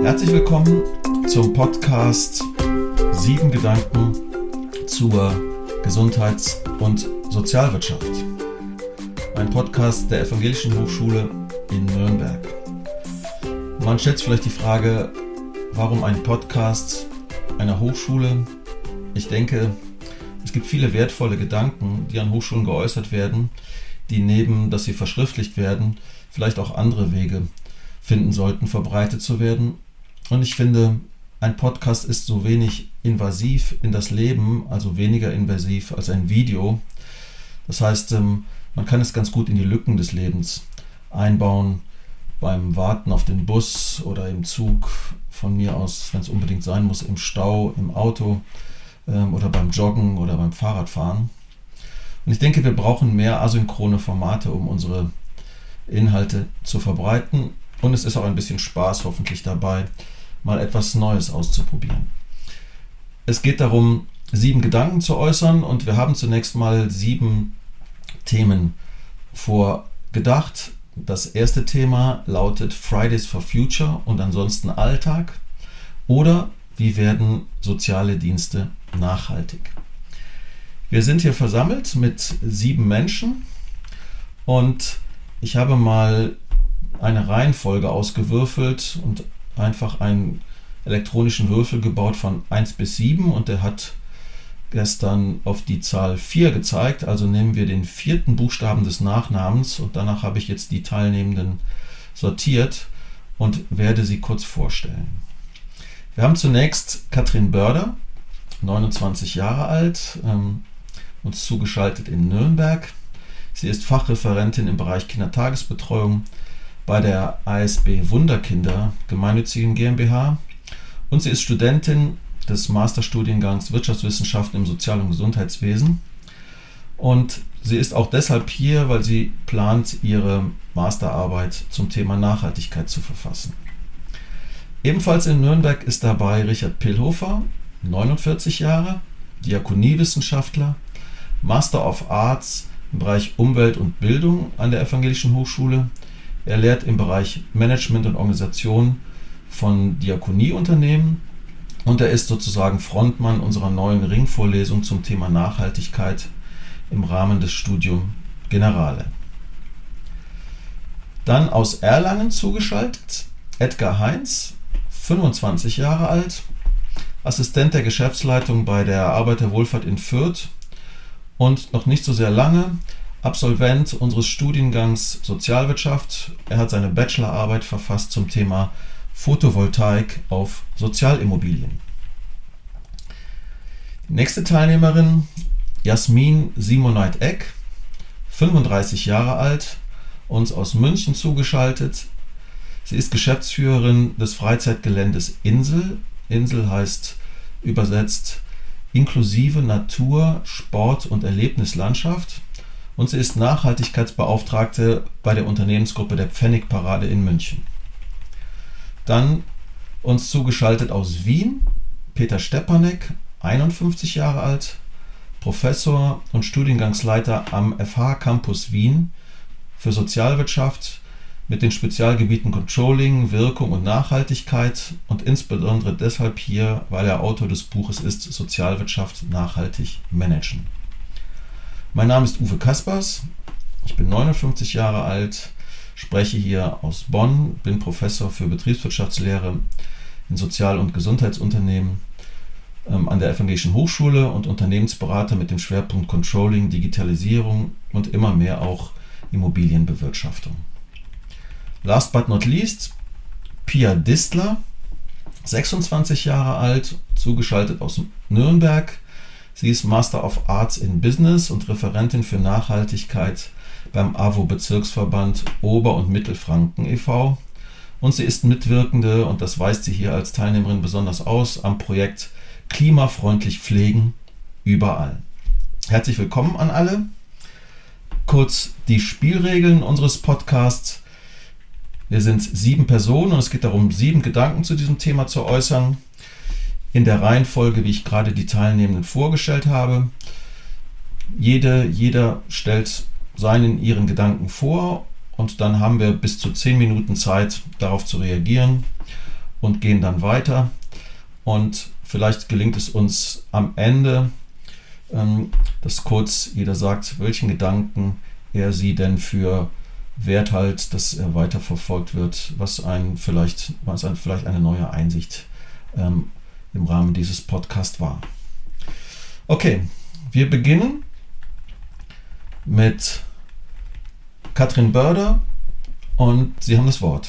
Herzlich willkommen zum Podcast 7 Gedanken zur Gesundheits- und Sozialwirtschaft. Ein Podcast der Evangelischen Hochschule in Nürnberg. Man stellt sich vielleicht die Frage, warum ein Podcast einer Hochschule? Ich denke, es gibt viele wertvolle Gedanken, die an Hochschulen geäußert werden, die neben, dass sie verschriftlicht werden, vielleicht auch andere Wege finden sollten, verbreitet zu werden. Und ich finde, ein Podcast ist so wenig invasiv in das Leben, also weniger invasiv als ein Video. Das heißt, man kann es ganz gut in die Lücken des Lebens einbauen, beim Warten auf den Bus oder im Zug, von mir aus, wenn es unbedingt sein muss, im Stau, im Auto oder beim Joggen oder beim Fahrradfahren. Und ich denke, wir brauchen mehr asynchrone Formate, um unsere Inhalte zu verbreiten. Und es ist auch ein bisschen Spaß hoffentlich dabei, mal etwas Neues auszuprobieren. Es geht darum, 7 Gedanken zu äußern und wir haben zunächst mal 7 Themen vorgedacht. Das erste Thema lautet Fridays for Future und ansonsten Alltag oder wie werden soziale Dienste nachhaltig. Wir sind hier versammelt mit 7 Menschen und ich habe mal eine Reihenfolge ausgewürfelt und einfach einen elektronischen Würfel gebaut von 1 bis 7 und der hat gestern auf die Zahl 4 gezeigt, also nehmen wir den 4. Buchstaben des Nachnamens und danach habe ich jetzt die Teilnehmenden sortiert und werde sie kurz vorstellen. Wir haben zunächst Katrin Börder, 29 Jahre alt, uns zugeschaltet in Nürnberg. Sie ist Fachreferentin im Bereich Kindertagesbetreuung bei der ASB Wunderkinder gemeinnützigen GmbH und sie ist Studentin des Masterstudiengangs Wirtschaftswissenschaften im Sozial- und Gesundheitswesen und sie ist auch deshalb hier, weil sie plant, ihre Masterarbeit zum Thema Nachhaltigkeit zu verfassen. Ebenfalls in Nürnberg ist dabei Richard Pillhofer, 49 Jahre, Diakoniewissenschaftler, Master of Arts im Bereich Umwelt und Bildung an der Evangelischen Hochschule. Er lehrt im Bereich Management und Organisation von Diakonieunternehmen und er ist sozusagen Frontmann unserer neuen Ringvorlesung zum Thema Nachhaltigkeit im Rahmen des Studium Generale. Dann aus Erlangen zugeschaltet Edgar Heinz, 25 Jahre alt, Assistent der Geschäftsleitung bei der Arbeiterwohlfahrt in Fürth und noch nicht so sehr lange Absolvent unseres Studiengangs Sozialwirtschaft. Er hat seine Bachelorarbeit verfasst zum Thema Photovoltaik auf Sozialimmobilien. Die nächste Teilnehmerin, Jasmin Simoneit-Eck, 35 Jahre alt, uns aus München zugeschaltet. Sie ist Geschäftsführerin des Freizeitgeländes Insel. Insel heißt übersetzt inklusive Natur, Sport und Erlebnislandschaft. Und sie ist Nachhaltigkeitsbeauftragte bei der Unternehmensgruppe der Pfennigparade in München. Dann uns zugeschaltet aus Wien, Peter Stepanek, 51 Jahre alt, Professor und Studiengangsleiter am FH Campus Wien für Sozialwirtschaft mit den Spezialgebieten Controlling, Wirkung und Nachhaltigkeit und insbesondere deshalb hier, weil er Autor des Buches ist Sozialwirtschaft nachhaltig managen. Mein Name ist Uwe Kaspers, ich bin 59 Jahre alt, spreche hier aus Bonn, bin Professor für Betriebswirtschaftslehre in Sozial- und Gesundheitsunternehmen an der Evangelischen Hochschule und Unternehmensberater mit dem Schwerpunkt Controlling, Digitalisierung und immer mehr auch Immobilienbewirtschaftung. Last but not least, Pia Distler, 26 Jahre alt, zugeschaltet aus Nürnberg. Sie ist Master of Arts in Business und Referentin für Nachhaltigkeit beim AWO-Bezirksverband Ober- und Mittelfranken e.V. Und sie ist Mitwirkende, und das weist sie hier als Teilnehmerin besonders aus, am Projekt Klimafreundlich Pflegen überall. Herzlich willkommen an alle. Kurz die Spielregeln unseres Podcasts. Wir sind 7 Personen und es geht darum, 7 Gedanken zu diesem Thema zu äußern. In der Reihenfolge, wie ich gerade die Teilnehmenden vorgestellt habe. Jeder stellt ihren Gedanken vor und dann haben wir bis zu 10 Minuten Zeit, darauf zu reagieren. und gehen dann weiter. Und vielleicht gelingt es uns am Ende, dass kurz jeder sagt, welchen Gedanken er sie denn für wert hält, dass er weiter verfolgt wird, was vielleicht eine neue Einsicht im Rahmen dieses Podcasts war. Okay, wir beginnen mit Katrin Börder und Sie haben das Wort.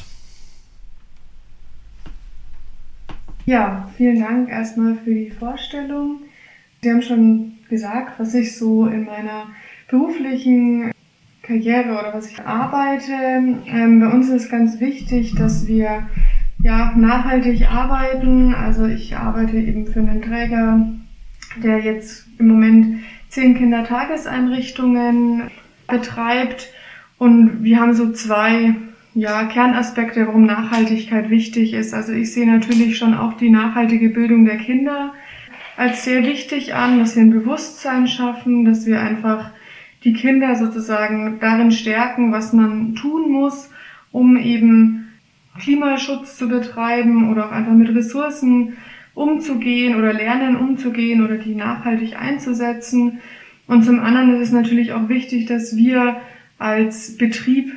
Ja, vielen Dank erstmal für die Vorstellung. Sie haben schon gesagt, was ich so in meiner beruflichen Karriere oder was ich arbeite. Bei uns ist ganz wichtig, dass wir nachhaltig arbeiten. Also ich arbeite eben für einen Träger, der jetzt im Moment 10 Kindertageseinrichtungen betreibt. Und wir haben so 2 Kernaspekte, warum Nachhaltigkeit wichtig ist. Also ich sehe natürlich schon auch die nachhaltige Bildung der Kinder als sehr wichtig an, dass wir ein Bewusstsein schaffen, dass wir einfach die Kinder sozusagen darin stärken, was man tun muss, um eben Klimaschutz zu betreiben oder auch einfach mit Ressourcen umzugehen oder lernen umzugehen oder die nachhaltig einzusetzen. Und zum anderen ist es natürlich auch wichtig, dass wir als Betrieb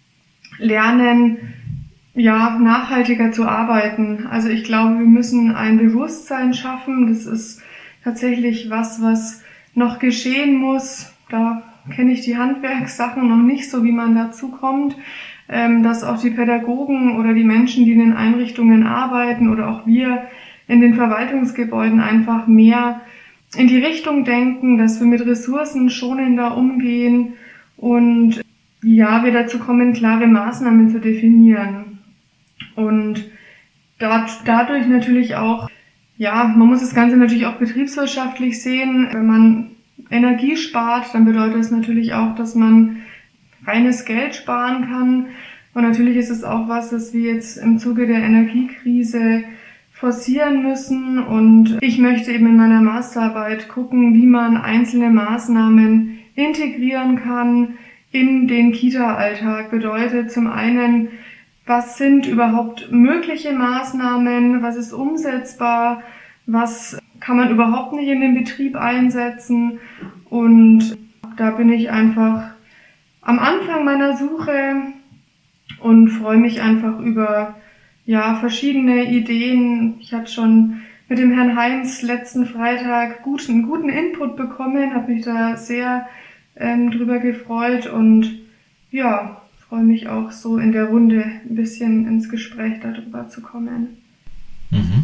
lernen, nachhaltiger zu arbeiten. Also ich glaube, wir müssen ein Bewusstsein schaffen. Das ist tatsächlich was noch geschehen muss. Da kenne ich die Handwerkssachen noch nicht so, wie man dazu kommt, dass auch die Pädagogen oder die Menschen, die in den Einrichtungen arbeiten oder auch wir in den Verwaltungsgebäuden einfach mehr in die Richtung denken, dass wir mit Ressourcen schonender umgehen und wir dazu kommen, klare Maßnahmen zu definieren. Und dadurch natürlich auch, man muss das Ganze natürlich auch betriebswirtschaftlich sehen. Wenn man Energie spart, dann bedeutet es natürlich auch, dass man reines Geld sparen kann. Und natürlich ist es auch was wir jetzt im Zuge der Energiekrise forcieren müssen. Und ich möchte eben in meiner Masterarbeit gucken, wie man einzelne Maßnahmen integrieren kann in den Kita-Alltag. Bedeutet zum einen, was sind überhaupt mögliche Maßnahmen, was ist umsetzbar, was kann man überhaupt nicht in den Betrieb einsetzen. Und da bin ich einfach am Anfang meiner Suche und freue mich einfach über verschiedene Ideen. Ich hatte schon mit dem Herrn Heinz letzten Freitag einen guten Input bekommen, habe mich da sehr drüber gefreut und freue mich auch so in der Runde ein bisschen ins Gespräch darüber zu kommen. Mhm.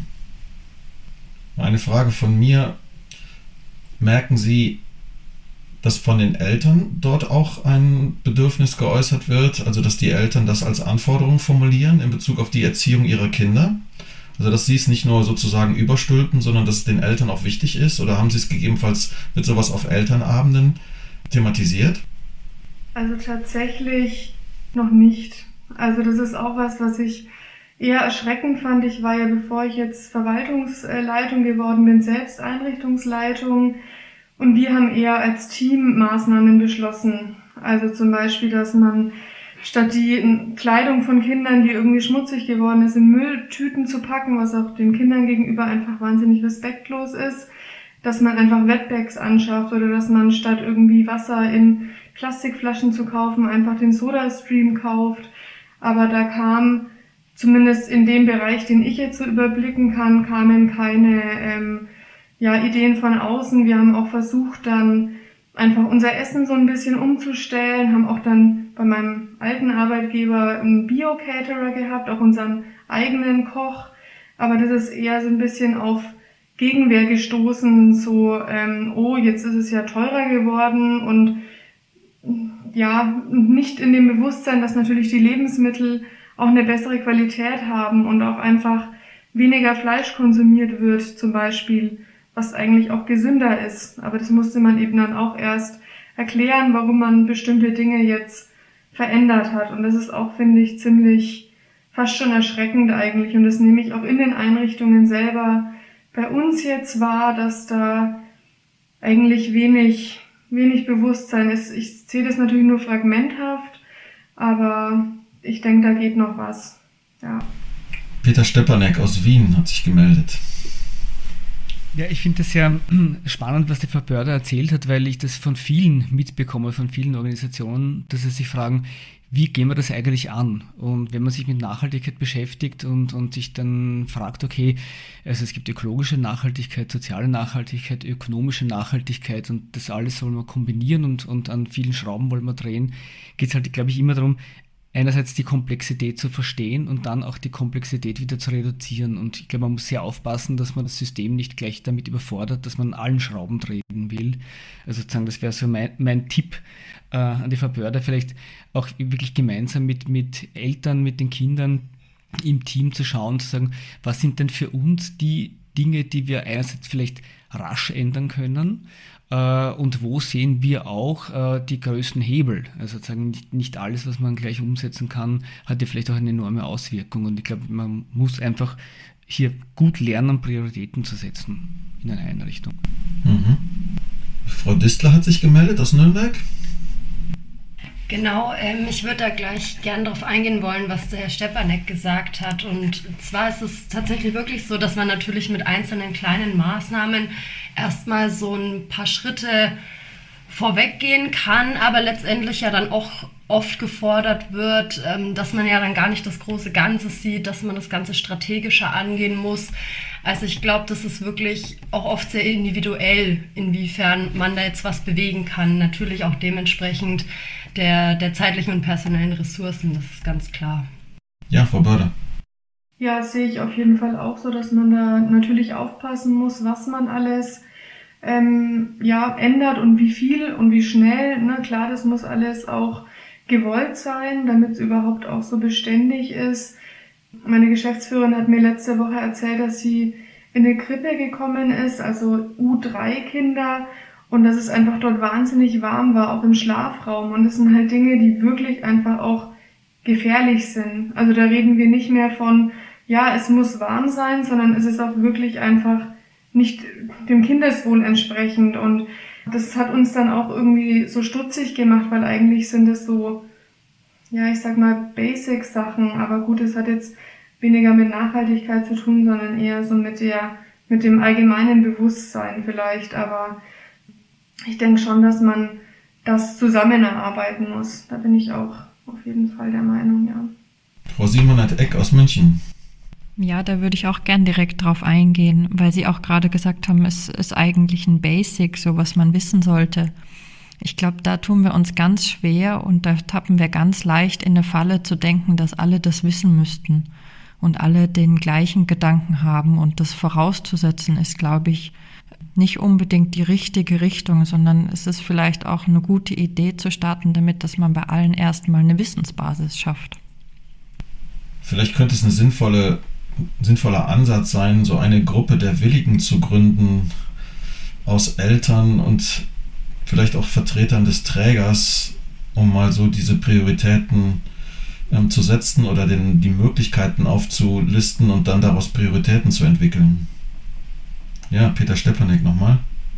Eine Frage von mir. Merken Sie, dass von den Eltern dort auch ein Bedürfnis geäußert wird, also dass die Eltern das als Anforderung formulieren in Bezug auf die Erziehung ihrer Kinder? Also dass sie es nicht nur sozusagen überstülpen, sondern dass es den Eltern auch wichtig ist? Oder haben Sie es gegebenenfalls, wird sowas auf Elternabenden thematisiert? Also tatsächlich noch nicht. Also das ist auch was ich eher erschreckend fand. Ich war ja, bevor ich jetzt Verwaltungsleitung geworden bin, selbst Einrichtungsleitung. Und wir haben eher als Team Maßnahmen beschlossen. Also zum Beispiel, dass man statt die Kleidung von Kindern, die irgendwie schmutzig geworden ist, in Mülltüten zu packen, was auch den Kindern gegenüber einfach wahnsinnig respektlos ist, dass man einfach Wetbags anschafft oder dass man statt irgendwie Wasser in Plastikflaschen zu kaufen, einfach den Soda-Stream kauft. Aber da kam, zumindest in dem Bereich, den ich jetzt so überblicken kann, kamen keine Ideen von außen. Wir haben auch versucht, dann einfach unser Essen so ein bisschen umzustellen, haben auch dann bei meinem alten Arbeitgeber einen Bio-Caterer gehabt, auch unseren eigenen Koch. Aber das ist eher so ein bisschen auf Gegenwehr gestoßen, so, jetzt ist es ja teurer geworden und nicht in dem Bewusstsein, dass natürlich die Lebensmittel auch eine bessere Qualität haben und auch einfach weniger Fleisch konsumiert wird, zum Beispiel, was eigentlich auch gesünder ist. Aber das musste man eben dann auch erst erklären, warum man bestimmte Dinge jetzt verändert hat. Und das ist auch, finde ich, fast schon erschreckend eigentlich. Und das nehme ich auch in den Einrichtungen selber bei uns jetzt wahr, dass da eigentlich wenig Bewusstsein ist. Ich sehe das natürlich nur fragmenthaft, aber ich denke, da geht noch was. Ja. Peter Stepanek aus Wien hat sich gemeldet. Ja, ich finde das sehr spannend, was der Frau Börder erzählt hat, weil ich das von vielen mitbekomme, von vielen Organisationen, dass sie sich fragen, wie gehen wir das eigentlich an? Und wenn man sich mit Nachhaltigkeit beschäftigt und sich dann fragt, okay, also es gibt ökologische Nachhaltigkeit, soziale Nachhaltigkeit, ökonomische Nachhaltigkeit und das alles soll man kombinieren und an vielen Schrauben wollen wir drehen, geht es halt, glaube ich, immer darum, einerseits die Komplexität zu verstehen und dann auch die Komplexität wieder zu reduzieren. Und ich glaube, man muss sehr aufpassen, dass man das System nicht gleich damit überfordert, dass man an allen Schrauben drehen will. Also sozusagen, das wäre so mein Tipp an die Frau Börder, vielleicht auch wirklich gemeinsam mit Eltern, mit den Kindern im Team zu schauen, zu sagen, was sind denn für uns die Dinge, die wir einerseits vielleicht rasch ändern können, und wo sehen wir auch die größten Hebel. Also sozusagen nicht alles, was man gleich umsetzen kann, hat ja vielleicht auch eine enorme Auswirkung. Und ich glaube, man muss einfach hier gut lernen, Prioritäten zu setzen in einer Einrichtung. Mhm. Frau Distler hat sich gemeldet aus Nürnberg. Genau, ich würde da gleich gern darauf eingehen wollen, was der Herr Stepanek gesagt hat. Und zwar ist es tatsächlich wirklich so, dass man natürlich mit einzelnen kleinen Maßnahmen erstmal so ein paar Schritte vorweggehen kann, aber letztendlich ja dann auch oft gefordert wird, dass man ja dann gar nicht das große Ganze sieht, dass man das Ganze strategischer angehen muss. Also ich glaube, das ist wirklich auch oft sehr individuell, inwiefern man da jetzt was bewegen kann. Natürlich auch dementsprechend der zeitlichen und personellen Ressourcen, das ist ganz klar. Ja, Frau Börder. Ja, das sehe ich auf jeden Fall auch so, dass man da natürlich aufpassen muss, was man alles ändert und wie viel und wie schnell. Ne? Klar, das muss alles auch gewollt sein, damit es überhaupt auch so beständig ist. Meine Geschäftsführerin hat mir letzte Woche erzählt, dass sie in eine Krippe gekommen ist, also U3-Kinder, und dass es einfach dort wahnsinnig warm war, auch im Schlafraum. Und das sind halt Dinge, die wirklich einfach auch gefährlich sind. Also da reden wir nicht mehr von, ja, es muss warm sein, sondern es ist auch wirklich einfach nicht dem Kindeswohl entsprechend. Und das hat uns dann auch irgendwie so stutzig gemacht, weil eigentlich sind es so, ja, ich sag mal Basic-Sachen. Aber gut, es hat jetzt weniger mit Nachhaltigkeit zu tun, sondern eher so mit dem allgemeinen Bewusstsein vielleicht. Aber ich denke schon, dass man das zusammen erarbeiten muss. Da bin ich auch auf jeden Fall der Meinung, ja. Frau Simonett-Eck aus München. Ja, da würde ich auch gern direkt drauf eingehen, weil Sie auch gerade gesagt haben, es ist eigentlich ein Basic, so was man wissen sollte. Ich glaube, da tun wir uns ganz schwer und da tappen wir ganz leicht in eine Falle zu denken, dass alle das wissen müssten und alle den gleichen Gedanken haben. Und das vorauszusetzen ist, glaube ich, nicht unbedingt die richtige Richtung, sondern es ist vielleicht auch eine gute Idee zu starten damit, dass man bei allen erstmal eine Wissensbasis schafft. Vielleicht könnte es ein sinnvoller Ansatz sein, so eine Gruppe der Willigen zu gründen aus Eltern und vielleicht auch Vertretern des Trägers, um mal so diese Prioritäten zu setzen oder die Möglichkeiten aufzulisten und dann daraus Prioritäten zu entwickeln. Ja, Peter Stepanek nochmal.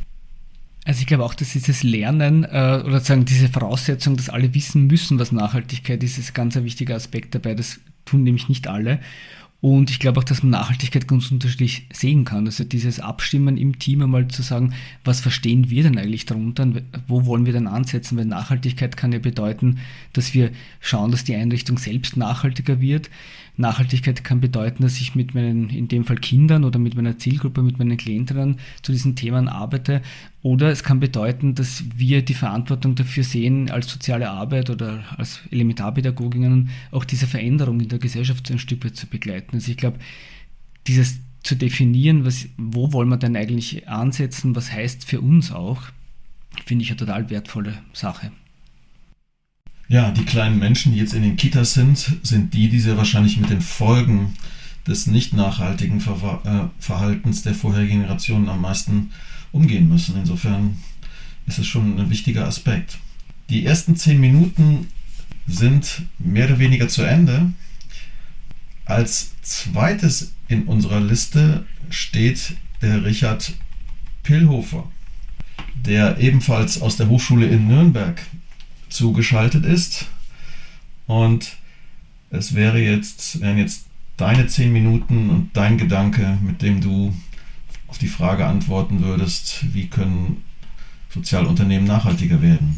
Also ich glaube auch, dass dieses Lernen oder sozusagen diese Voraussetzung, dass alle wissen müssen, was Nachhaltigkeit ist, ist ein ganz wichtiger Aspekt dabei. Das tun nämlich nicht alle. Und ich glaube auch, dass man Nachhaltigkeit ganz unterschiedlich sehen kann. Also dieses Abstimmen im Team einmal zu sagen, was verstehen wir denn eigentlich darunter? Wo wollen wir denn ansetzen? Weil Nachhaltigkeit kann ja bedeuten, dass wir schauen, dass die Einrichtung selbst nachhaltiger wird. Nachhaltigkeit kann bedeuten, dass ich mit meinen, in dem Fall Kindern oder mit meiner Zielgruppe, mit meinen Klientinnen zu diesen Themen arbeite. Oder es kann bedeuten, dass wir die Verantwortung dafür sehen, als soziale Arbeit oder als Elementarpädagoginnen auch diese Veränderung in der Gesellschaft ein Stück weit zu begleiten. Also ich glaube, dieses zu definieren, wo wollen wir denn eigentlich ansetzen, was heißt für uns auch, finde ich eine total wertvolle Sache. Ja, die kleinen Menschen, die jetzt in den Kitas sind die sehr wahrscheinlich mit den Folgen des nicht nachhaltigen Verhaltens der vorherigen Generationen am meisten umgehen müssen. Insofern ist es schon ein wichtiger Aspekt. Die ersten 10 Minuten sind mehr oder weniger zu Ende. Als zweites in unserer Liste steht der Richard Pillhofer, der ebenfalls aus der Hochschule in Nürnberg zugeschaltet ist. Und es wären jetzt deine 10 Minuten und dein Gedanke, mit dem du auf die Frage antworten würdest, wie können Sozialunternehmen nachhaltiger werden?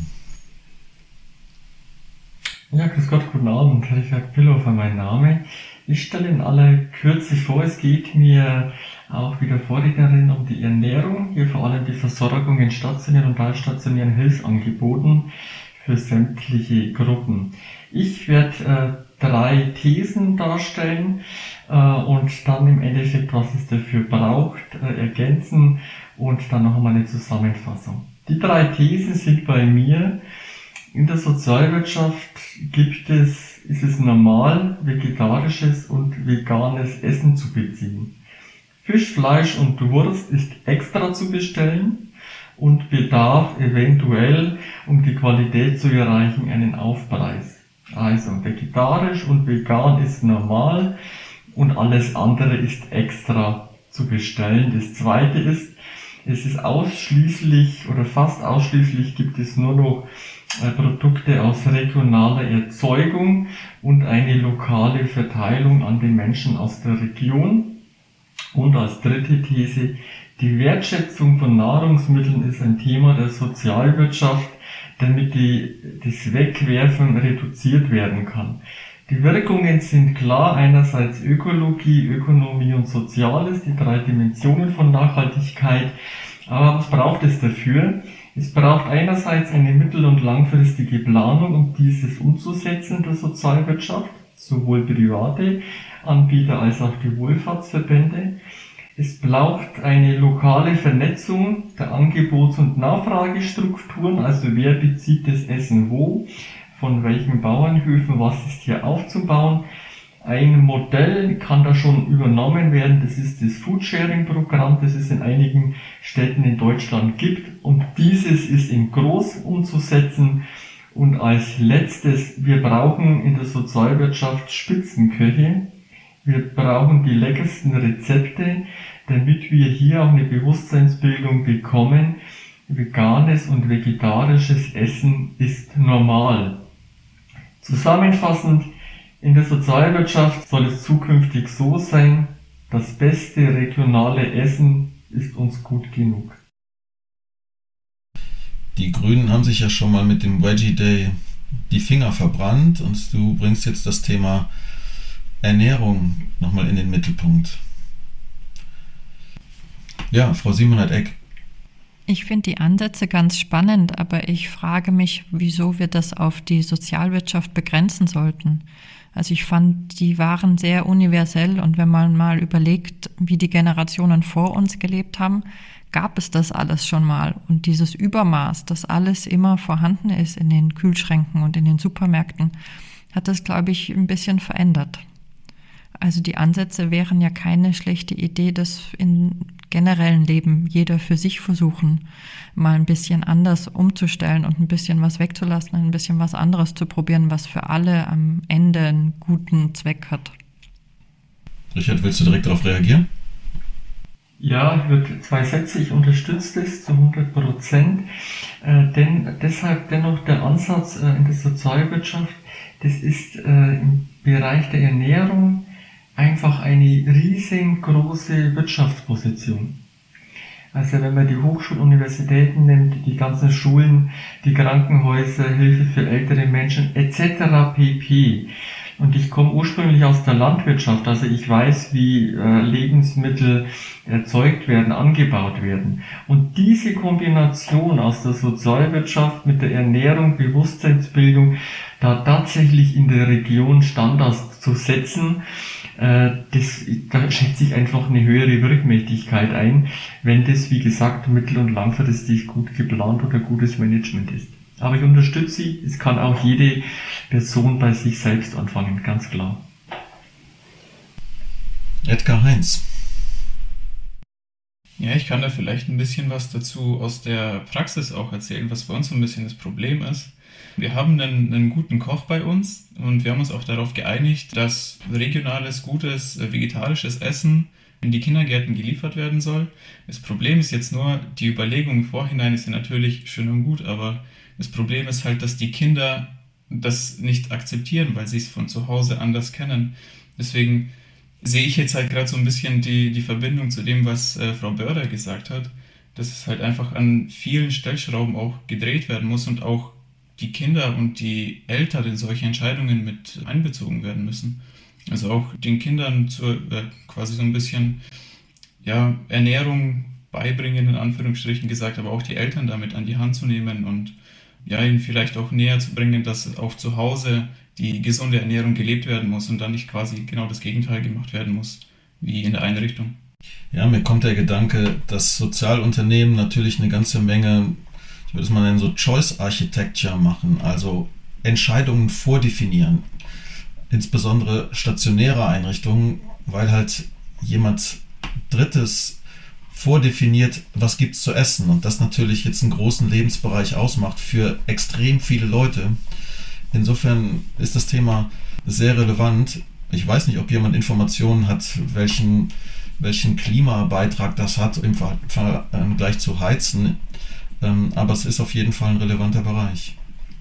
Ja, grüß Gott, guten Abend, Richard Billhofer mein Name. Ich stelle in aller Kürze vor, es geht mir auch wie der Vorrednerin um die Ernährung, hier vor allem die Versorgung in stationären und teilstationären Hilfsangeboten für sämtliche Gruppen. Ich werde 3 Thesen darstellen und dann im Endeffekt, was es dafür braucht, ergänzen und dann noch einmal eine Zusammenfassung. Die 3 Thesen sind bei mir: In der Sozialwirtschaft ist es normal, vegetarisches und veganes Essen zu beziehen. Fisch, Fleisch und Wurst ist extra zu bestellen und bedarf eventuell, um die Qualität zu erreichen, einen Aufpreis. Also vegetarisch und vegan ist normal und alles andere ist extra zu bestellen. Das zweite ist, es ist ausschließlich oder fast ausschließlich gibt es nur noch Produkte aus regionaler Erzeugung und eine lokale Verteilung an die Menschen aus der Region. Und als dritte These, die Wertschätzung von Nahrungsmitteln ist ein Thema der Sozialwirtschaft, damit das Wegwerfen reduziert werden kann. Die Wirkungen sind klar, einerseits Ökologie, Ökonomie und Soziales, die 3 Dimensionen von Nachhaltigkeit. Aber was braucht es dafür? Es braucht einerseits eine mittel- und langfristige Planung, um dieses umzusetzen in der Sozialwirtschaft, sowohl private Anbieter als auch die Wohlfahrtsverbände. Es braucht eine lokale Vernetzung der Angebots- und Nachfragestrukturen, also wer bezieht das Essen wo, von welchen Bauernhöfen, was ist hier aufzubauen. Ein Modell kann da schon übernommen werden, das ist das Foodsharing-Programm, das es in einigen Städten in Deutschland gibt, und dieses ist in groß umzusetzen. Und als letztes, wir brauchen in der Sozialwirtschaft Spitzenköche, wir brauchen die leckersten Rezepte, damit wir hier auch eine Bewusstseinsbildung bekommen. Veganes und vegetarisches Essen ist normal. Zusammenfassend, in der Sozialwirtschaft soll es zukünftig so sein, das beste regionale Essen ist uns gut genug. Die Grünen haben sich ja schon mal mit dem Veggie Day die Finger verbrannt und du bringst jetzt das Thema Ernährung nochmal in den Mittelpunkt. Ja, Frau Simoneit-Eck. Ich finde die Ansätze ganz spannend, aber ich frage mich, wieso wir das auf die Sozialwirtschaft begrenzen sollten. Also ich fand, die waren sehr universell, und wenn man mal überlegt, wie die Generationen vor uns gelebt haben, gab es das alles schon mal. Und dieses Übermaß, dass alles immer vorhanden ist in den Kühlschränken und in den Supermärkten, hat das, glaube ich, ein bisschen verändert. Also die Ansätze wären ja keine schlechte Idee, das in generellen Leben jeder für sich versuchen, mal ein bisschen anders umzustellen und ein bisschen was wegzulassen, ein bisschen was anderes zu probieren, was für alle am Ende einen guten Zweck hat. Richard, willst du direkt darauf reagieren? Ja, ich würde 2 Sätze, ich unterstütze das zu 100%, denn deshalb dennoch der Ansatz in der Sozialwirtschaft, das ist im Bereich der Ernährung einfach eine riesengroße Wirtschaftsposition. Also wenn man die Hochschulen, Universitäten nimmt, die ganzen Schulen, die Krankenhäuser, Hilfe für ältere Menschen etc. pp. Und ich komme ursprünglich aus der Landwirtschaft, also ich weiß, wie Lebensmittel erzeugt werden, angebaut werden. Und diese Kombination aus der Sozialwirtschaft mit der Ernährung, Bewusstseinsbildung, da tatsächlich in der Region Standards zu setzen, da schätze ich einfach eine höhere Wirkmächtigkeit ein, wenn das, wie gesagt, mittel- und langfristig gut geplant oder gutes Management ist. Aber ich unterstütze Sie, es kann auch jede Person bei sich selbst anfangen, ganz klar. Edgar Heinz. Ja, ich kann da vielleicht ein bisschen was dazu aus der Praxis auch erzählen, was bei uns so ein bisschen das Problem ist. Wir haben einen guten Koch bei uns und wir haben uns auch darauf geeinigt, dass regionales, gutes, vegetarisches Essen in die Kindergärten geliefert werden soll. Das Problem ist jetzt nur, die Überlegung im Vorhinein ist ja natürlich schön und gut, aber das Problem ist halt, dass die Kinder das nicht akzeptieren, weil sie es von zu Hause anders kennen. Deswegen sehe ich jetzt halt gerade so ein bisschen die Verbindung zu dem, was Frau Börder gesagt hat, dass es halt einfach an vielen Stellschrauben auch gedreht werden muss und auch die Kinder und die Eltern in solche Entscheidungen mit einbezogen werden müssen. Also auch den Kindern quasi so ein bisschen Ernährung beibringen, in Anführungsstrichen gesagt, aber auch die Eltern damit an die Hand zu nehmen und ihnen vielleicht auch näher zu bringen, dass auch zu Hause die gesunde Ernährung gelebt werden muss und dann nicht quasi genau das Gegenteil gemacht werden muss, wie in der Einrichtung. Ja, mir kommt der Gedanke, dass Sozialunternehmen natürlich eine ganze Menge, ich würde es mal nennen, so Choice Architecture machen, also Entscheidungen vordefinieren, insbesondere stationäre Einrichtungen, weil halt jemand Drittes vordefiniert, was gibt's zu essen und das natürlich jetzt einen großen Lebensbereich ausmacht für extrem viele Leute. Insofern ist das Thema sehr relevant. Ich weiß nicht, ob jemand Informationen hat, welchen Klimabeitrag das hat im Vergleich zu Heizen, aber es ist auf jeden Fall ein relevanter Bereich.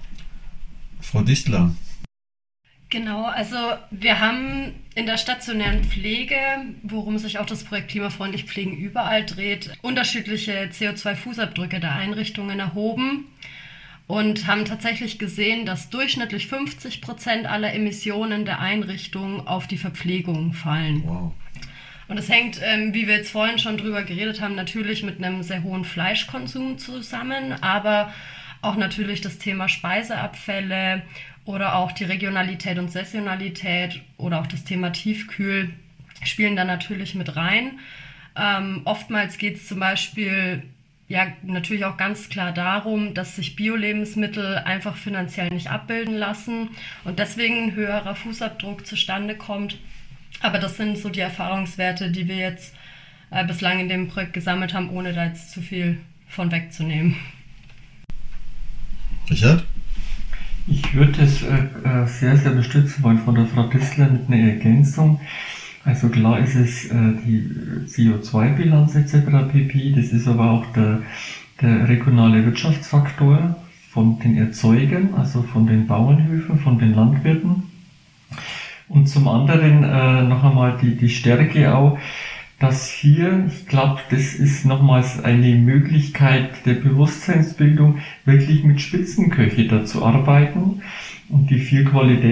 Frau Distler. Genau, also wir haben in der stationären Pflege, worum sich auch das Projekt Klimafreundlich Pflegen überall dreht, unterschiedliche CO2-Fußabdrücke der Einrichtungen erhoben und haben tatsächlich gesehen, dass durchschnittlich 50% aller Emissionen der Einrichtung auf die Verpflegung fallen. Wow. Und das hängt, wie wir jetzt vorhin schon drüber geredet haben, natürlich mit einem sehr hohen Fleischkonsum zusammen, aber auch natürlich das Thema Speiseabfälle oder auch die Regionalität und Saisonalität oder auch das Thema Tiefkühl spielen da natürlich mit rein. Oftmals geht es zum Beispiel natürlich auch ganz klar darum, dass sich Bio-Lebensmittel einfach finanziell nicht abbilden lassen und deswegen ein höherer Fußabdruck zustande kommt. Aber das sind so die Erfahrungswerte, die wir jetzt bislang in dem Projekt gesammelt haben, ohne da jetzt zu viel von wegzunehmen. Richard? Ich würde es sehr, sehr bestützen wollen von der Frau Distler mit einer Ergänzung. Also klar ist es die CO2-Bilanz etc. pp. Das ist aber auch der regionale Wirtschaftsfaktor von den Erzeugern, also von den Bauernhöfen, von den Landwirten. Und zum anderen noch einmal die Stärke auch, dass hier, ich glaube, das ist nochmals eine Möglichkeit der Bewusstseinsbildung, wirklich mit Spitzenköche da zu arbeiten und die 4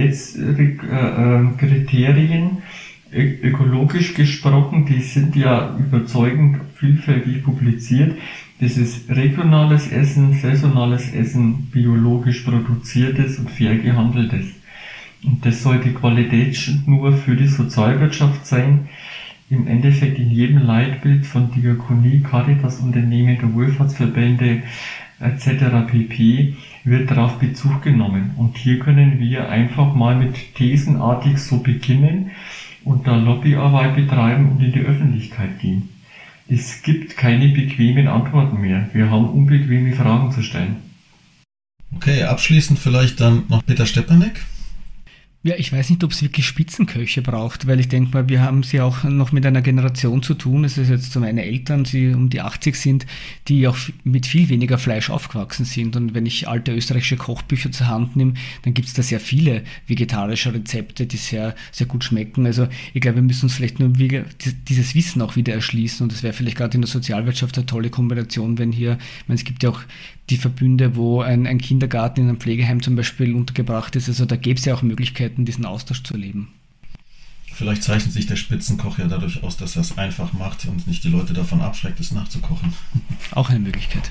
Qualitätskriterien, ökologisch gesprochen, die sind ja überzeugend vielfältig publiziert. Das ist regionales Essen, saisonales Essen, biologisch produziertes und fair gehandeltes. Und das soll die Qualitätsschnur für die Sozialwirtschaft sein. Im Endeffekt in jedem Leitbild von Diakonie, Caritas, Unternehmen der Wohlfahrtsverbände etc. pp. Wird darauf Bezug genommen. Und hier können wir einfach mal mit thesenartig so beginnen und da Lobbyarbeit betreiben und in die Öffentlichkeit gehen. Es gibt keine bequemen Antworten mehr. Wir haben unbequeme Fragen zu stellen. Okay, abschließend vielleicht dann noch Peter Stepanek. Ja, ich weiß nicht, ob es wirklich Spitzenköche braucht, weil ich denke mal, wir haben sie auch noch mit einer Generation zu tun. Es ist jetzt so meine Eltern, die um die 80 sind, die auch mit viel weniger Fleisch aufgewachsen sind. Und wenn ich alte österreichische Kochbücher zur Hand nehme, dann gibt es da sehr viele vegetarische Rezepte, die sehr, sehr gut schmecken. Also ich glaube, wir müssen uns vielleicht nur dieses Wissen auch wieder erschließen. Und das wäre vielleicht gerade in der Sozialwirtschaft eine tolle Kombination, wenn hier, ich meine, es gibt ja auch die Verbünde, wo ein Kindergarten in einem Pflegeheim zum Beispiel untergebracht ist. Also da gäbe es ja auch Möglichkeiten, diesen Austausch zu erleben. Vielleicht zeichnet sich der Spitzenkoch ja dadurch aus, dass er es einfach macht und nicht die Leute davon abschreckt, es nachzukochen. Auch eine Möglichkeit.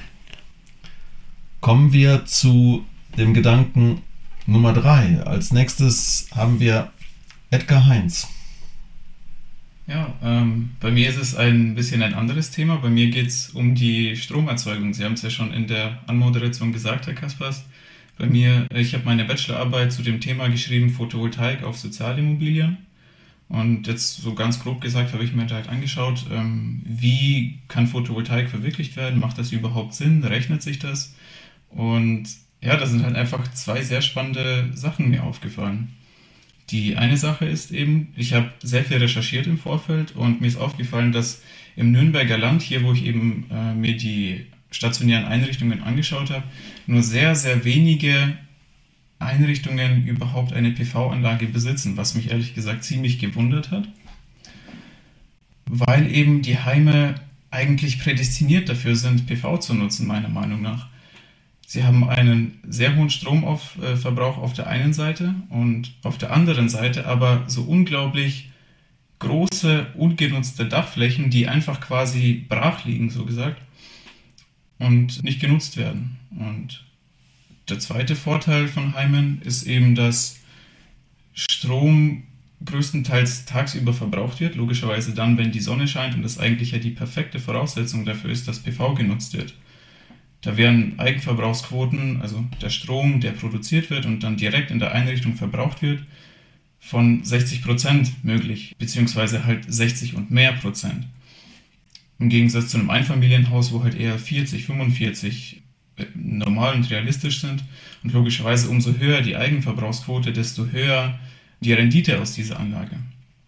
Kommen wir zu dem Gedanken Nummer 3. Als nächstes haben wir Edgar Heinz. Ja, bei mir ist es ein bisschen ein anderes Thema. Bei mir geht es um die Stromerzeugung. Sie haben es ja schon in der Anmoderation gesagt, Herr Kaspers. Bei mir, ich habe meine Bachelorarbeit zu dem Thema geschrieben, Photovoltaik auf Sozialimmobilien. Und jetzt so ganz grob gesagt habe ich mir halt angeschaut, wie kann Photovoltaik verwirklicht werden? Macht das überhaupt Sinn? Rechnet sich das? Und ja, da sind halt einfach 2 sehr spannende Sachen mir aufgefallen. Die eine Sache ist eben, ich habe sehr viel recherchiert im Vorfeld und mir ist aufgefallen, dass im Nürnberger Land, hier wo ich eben mir die stationären Einrichtungen angeschaut habe, nur sehr, sehr wenige Einrichtungen überhaupt eine PV-Anlage besitzen, was mich ehrlich gesagt ziemlich gewundert hat. weil eben die Heime eigentlich prädestiniert dafür sind, PV zu nutzen, meiner Meinung nach. Sie haben einen sehr hohen Stromverbrauch auf der einen Seite und auf der anderen Seite aber so unglaublich große, ungenutzte Dachflächen, die einfach quasi brach liegen, so gesagt, und nicht genutzt werden. Und der zweite Vorteil von Heimen ist eben, dass Strom größtenteils tagsüber verbraucht wird, logischerweise dann, wenn die Sonne scheint und das eigentlich ja die perfekte Voraussetzung dafür ist, dass PV genutzt wird. Da wären Eigenverbrauchsquoten, also der Strom, der produziert wird und dann direkt in der Einrichtung verbraucht wird, von 60% möglich, beziehungsweise halt 60 und mehr Prozent. Im Gegensatz zu einem Einfamilienhaus, wo halt eher 40, 45 normal und realistisch sind. Und logischerweise umso höher die Eigenverbrauchsquote, desto höher die Rendite aus dieser Anlage.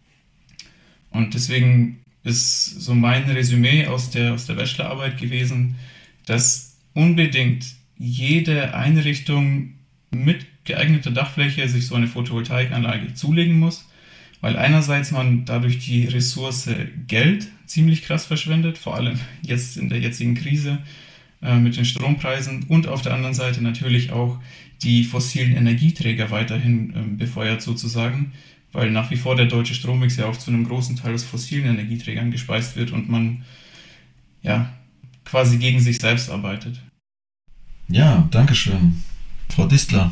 Und deswegen ist so mein Resümee aus der Bachelorarbeit gewesen, dass unbedingt jede Einrichtung mit geeigneter Dachfläche sich so eine Photovoltaikanlage zulegen muss, weil einerseits man dadurch die Ressource Geld ziemlich krass verschwendet, vor allem jetzt in der jetzigen Krise mit den Strompreisen, und auf der anderen Seite natürlich auch die fossilen Energieträger weiterhin befeuert sozusagen, weil nach wie vor der deutsche Strommix ja auch zu einem großen Teil aus fossilen Energieträgern gespeist wird und man ja quasi gegen sich selbst arbeitet. Ja, danke schön. Frau Distler.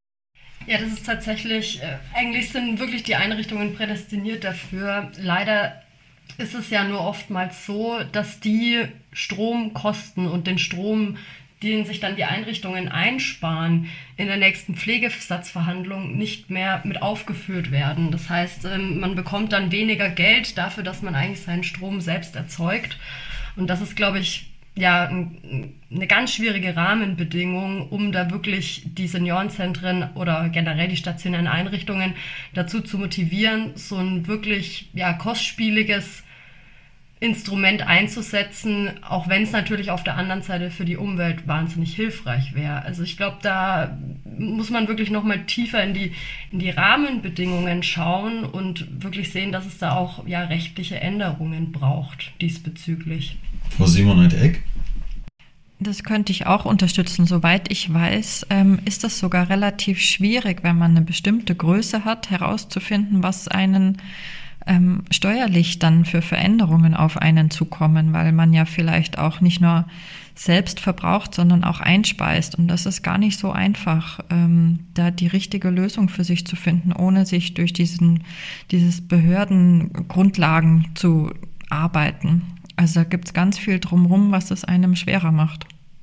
Ja, das ist tatsächlich, eigentlich sind wirklich die Einrichtungen prädestiniert dafür. Leider ist es ja nur oftmals so, dass die Stromkosten und den Strom, den sich dann die Einrichtungen einsparen, in der nächsten Pflegesatzverhandlung nicht mehr mit aufgeführt werden. Das heißt, man bekommt dann weniger Geld dafür, dass man eigentlich seinen Strom selbst erzeugt. Und das ist, glaube ich, ja, eine ganz schwierige Rahmenbedingung, um da wirklich die Seniorenzentren oder generell die stationären Einrichtungen dazu zu motivieren, so ein wirklich kostspieliges Instrument einzusetzen, auch wenn es natürlich auf der anderen Seite für die Umwelt wahnsinnig hilfreich wäre. Also ich glaube, da muss man wirklich nochmal tiefer in die Rahmenbedingungen schauen und wirklich sehen, dass es da auch rechtliche Änderungen braucht diesbezüglich. Frau Simonet-Eck? Das könnte ich auch unterstützen. Soweit ich weiß, ist das sogar relativ schwierig, wenn man eine bestimmte Größe hat, herauszufinden, was einen steuerlich dann für Veränderungen auf einen zukommen, weil man ja vielleicht auch nicht nur selbst verbraucht, sondern auch einspeist. Und das ist gar nicht so einfach, da die richtige Lösung für sich zu finden, ohne sich durch dieses Behördengrundlagen zu arbeiten. Also da gibt es ganz viel drumherum, was es einem schwerer macht.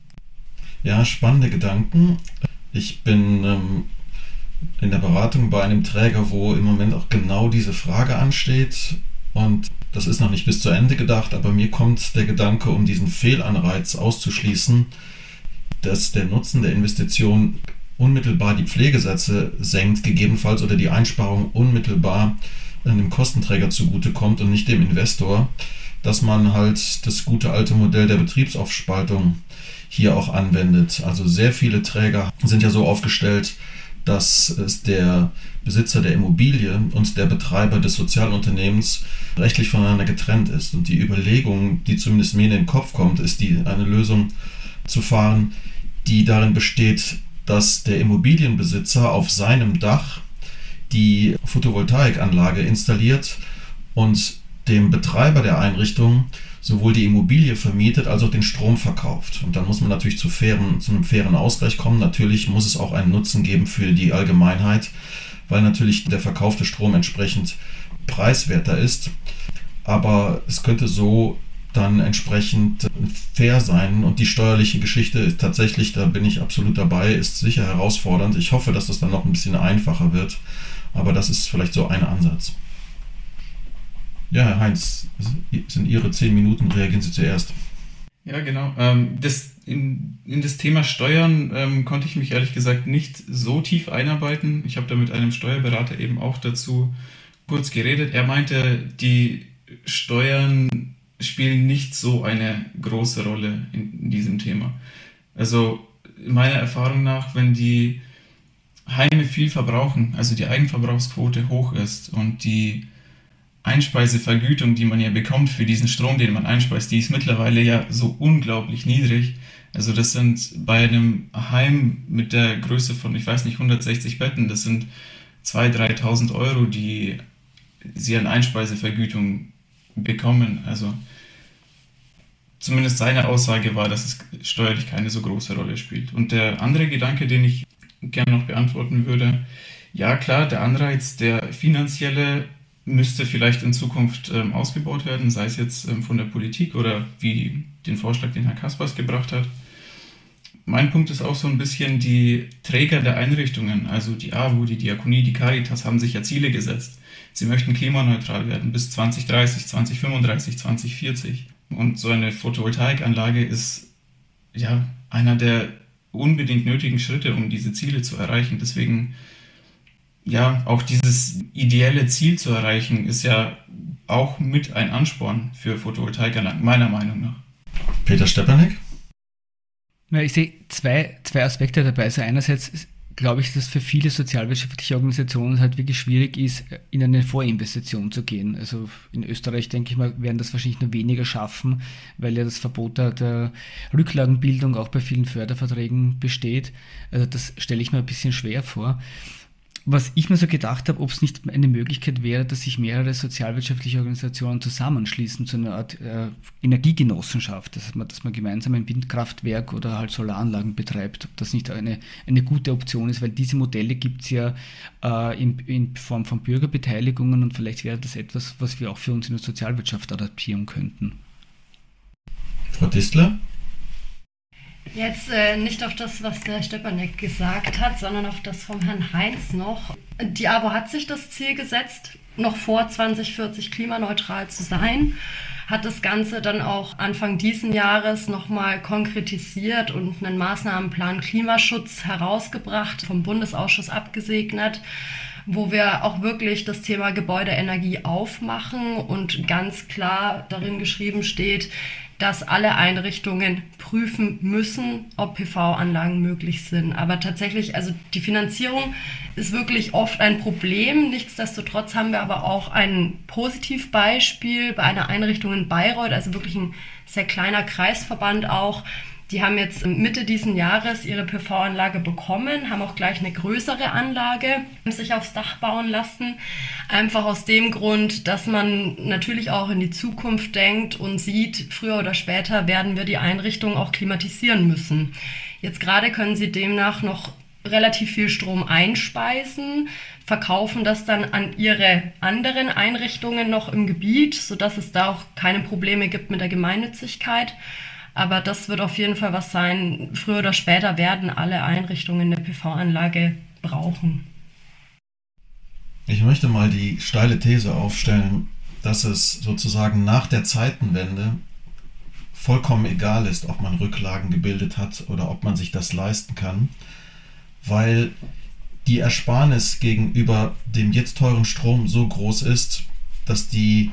Ja, spannende Gedanken. Ich bin in der Beratung bei einem Träger, wo im Moment auch genau diese Frage ansteht. Und das ist noch nicht bis zu Ende gedacht, aber mir kommt der Gedanke, um diesen Fehlanreiz auszuschließen, dass der Nutzen der Investition unmittelbar die Pflegesätze senkt, gegebenenfalls, oder die Einsparung unmittelbar dem Kostenträger zugutekommt und nicht dem Investor, dass man halt das gute alte Modell der Betriebsaufspaltung hier auch anwendet. Also sehr viele Träger sind ja so aufgestellt, dass es der Besitzer der Immobilie und der Betreiber des Sozialunternehmens rechtlich voneinander getrennt ist. Und die Überlegung, die zumindest mir in den Kopf kommt, ist eine Lösung zu fahren, die darin besteht, dass der Immobilienbesitzer auf seinem Dach die Photovoltaikanlage installiert und dem Betreiber der Einrichtung sowohl die Immobilie vermietet als auch den Strom verkauft. Und dann muss man natürlich zu einem fairen Ausgleich kommen. Natürlich muss es auch einen Nutzen geben für die Allgemeinheit, weil natürlich der verkaufte Strom entsprechend preiswerter ist. Aber es könnte so dann entsprechend fair sein. Und die steuerliche Geschichte ist tatsächlich, da bin ich absolut dabei, ist sicher herausfordernd. Ich hoffe, dass das dann noch ein bisschen einfacher wird. Aber das ist vielleicht so ein Ansatz. Ja, Herr Heinz, das sind Ihre 10 Minuten, reagieren Sie zuerst. Ja, genau. In das Thema Steuern konnte ich mich ehrlich gesagt nicht so tief einarbeiten. Ich habe da mit einem Steuerberater eben auch dazu kurz geredet. Er meinte, die Steuern spielen nicht so eine große Rolle in diesem Thema. Also meiner Erfahrung nach, wenn die Heime viel verbrauchen, also die Eigenverbrauchsquote hoch ist und die Einspeisevergütung, die man ja bekommt für diesen Strom, den man einspeist, die ist mittlerweile ja so unglaublich niedrig. Also das sind bei einem Heim mit der Größe von, ich weiß nicht, 160 Betten, das sind 2.000, 3.000 Euro, die sie an Einspeisevergütung bekommen. Also zumindest seine Aussage war, dass es steuerlich keine so große Rolle spielt. Und der andere Gedanke, den ich gerne noch beantworten würde, ja klar, der Anreiz, der finanzielle, müsste vielleicht in Zukunft ausgebaut werden, sei es jetzt von der Politik oder wie den Vorschlag, den Herr Kaspers gebracht hat. Mein Punkt ist auch so ein bisschen, die Träger der Einrichtungen, also die AWO, die Diakonie, die Caritas, haben sich ja Ziele gesetzt. Sie möchten klimaneutral werden bis 2030, 2035, 2040. Und so eine Photovoltaikanlage ist ja einer der unbedingt nötigen Schritte, um diese Ziele zu erreichen. Deswegen ja, auch dieses ideelle Ziel zu erreichen, ist ja auch mit ein Ansporn für Photovoltaikanlagen, meiner Meinung nach. Peter Stepanek? Ja, ich sehe zwei Aspekte dabei. Also einerseits glaube ich, dass für viele sozialwirtschaftliche Organisationen halt wirklich schwierig ist, in eine Vorinvestition zu gehen. Also in Österreich, denke ich mal, werden das wahrscheinlich nur weniger schaffen, weil ja das Verbot der Rücklagenbildung auch bei vielen Förderverträgen besteht. Also das stelle ich mir ein bisschen schwer vor. Was ich mir so gedacht habe, ob es nicht eine Möglichkeit wäre, dass sich mehrere sozialwirtschaftliche Organisationen zusammenschließen zu einer Art Energiegenossenschaft, dass man gemeinsam ein Windkraftwerk oder halt Solaranlagen betreibt, ob das nicht eine gute Option ist, weil diese Modelle gibt es ja in Form von Bürgerbeteiligungen und vielleicht wäre das etwas, was wir auch für uns in der Sozialwirtschaft adaptieren könnten. Frau Distler? Jetzt nicht auf das, was der Stepanek gesagt hat, sondern auf das vom Herrn Heinz noch. Die AWO hat sich das Ziel gesetzt, noch vor 2040 klimaneutral zu sein, hat das Ganze dann auch Anfang diesen Jahres nochmal konkretisiert und einen Maßnahmenplan Klimaschutz herausgebracht, vom Bundesausschuss abgesegnet, wo wir auch wirklich das Thema Gebäudeenergie aufmachen und ganz klar darin geschrieben steht, dass alle Einrichtungen prüfen müssen, ob PV-Anlagen möglich sind. Aber tatsächlich, also die Finanzierung ist wirklich oft ein Problem. Nichtsdestotrotz haben wir aber auch ein Positivbeispiel bei einer Einrichtung in Bayreuth, also wirklich ein sehr kleiner Kreisverband auch. Die haben jetzt Mitte diesen Jahres ihre PV-Anlage bekommen, haben auch gleich eine größere Anlage sich aufs Dach bauen lassen. Einfach aus dem Grund, dass man natürlich auch in die Zukunft denkt und sieht, früher oder später werden wir die Einrichtung auch klimatisieren müssen. Jetzt gerade können sie demnach noch relativ viel Strom einspeisen, verkaufen das dann an ihre anderen Einrichtungen noch im Gebiet, sodass es da auch keine Probleme gibt mit der Gemeinnützigkeit. Aber das wird auf jeden Fall was sein. Früher oder später werden alle Einrichtungen eine PV-Anlage brauchen. Ich möchte mal die steile These aufstellen, dass es sozusagen nach der Zeitenwende vollkommen egal ist, ob man Rücklagen gebildet hat oder ob man sich das leisten kann, weil die Ersparnis gegenüber dem jetzt teuren Strom so groß ist, dass die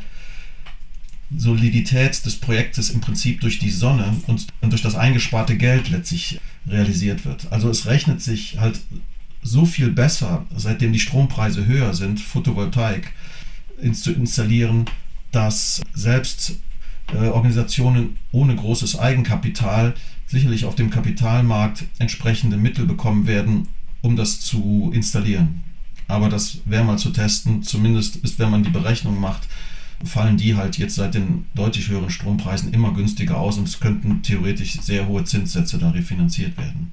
Solidität des Projektes im Prinzip durch die Sonne und durch das eingesparte Geld letztlich realisiert wird. Also es rechnet sich halt so viel besser, seitdem die Strompreise höher sind, Photovoltaik zu installieren, dass selbst Organisationen ohne großes Eigenkapital sicherlich auf dem Kapitalmarkt entsprechende Mittel bekommen werden, um das zu installieren. Aber das wäre mal zu testen, zumindest ist, wenn man die Berechnung macht, fallen die halt jetzt seit den deutlich höheren Strompreisen immer günstiger aus und es könnten theoretisch sehr hohe Zinssätze da refinanziert werden.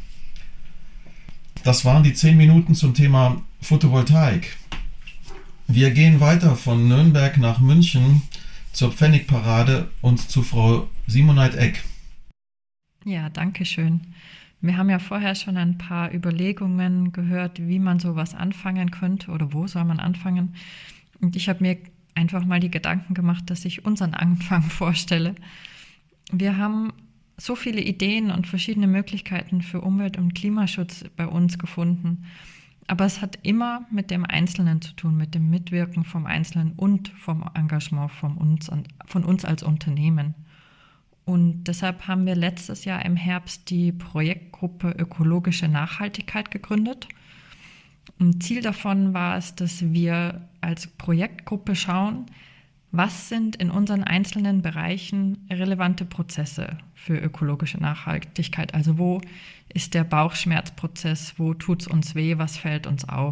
Das waren die 10 Minuten zum Thema Photovoltaik. Wir gehen weiter von Nürnberg nach München zur Pfennigparade und zu Frau Simoneit-Eck. Ja, danke schön. Wir haben ja vorher schon ein paar Überlegungen gehört, wie man sowas anfangen könnte oder wo soll man anfangen. Und ich habe mir einfach mal die Gedanken gemacht, dass ich unseren Anfang vorstelle. Wir haben so viele Ideen und verschiedene Möglichkeiten für Umwelt- und Klimaschutz bei uns gefunden. Aber es hat immer mit dem Einzelnen zu tun, mit dem Mitwirken vom Einzelnen und vom Engagement von uns als Unternehmen. Und deshalb haben wir letztes Jahr im Herbst die Projektgruppe Ökologische Nachhaltigkeit gegründet. Ein Ziel davon war es, dass wir als Projektgruppe schauen, was sind in unseren einzelnen Bereichen relevante Prozesse für ökologische Nachhaltigkeit? Also wo ist der Bauchschmerzprozess, wo tut es uns weh, was fällt uns auf?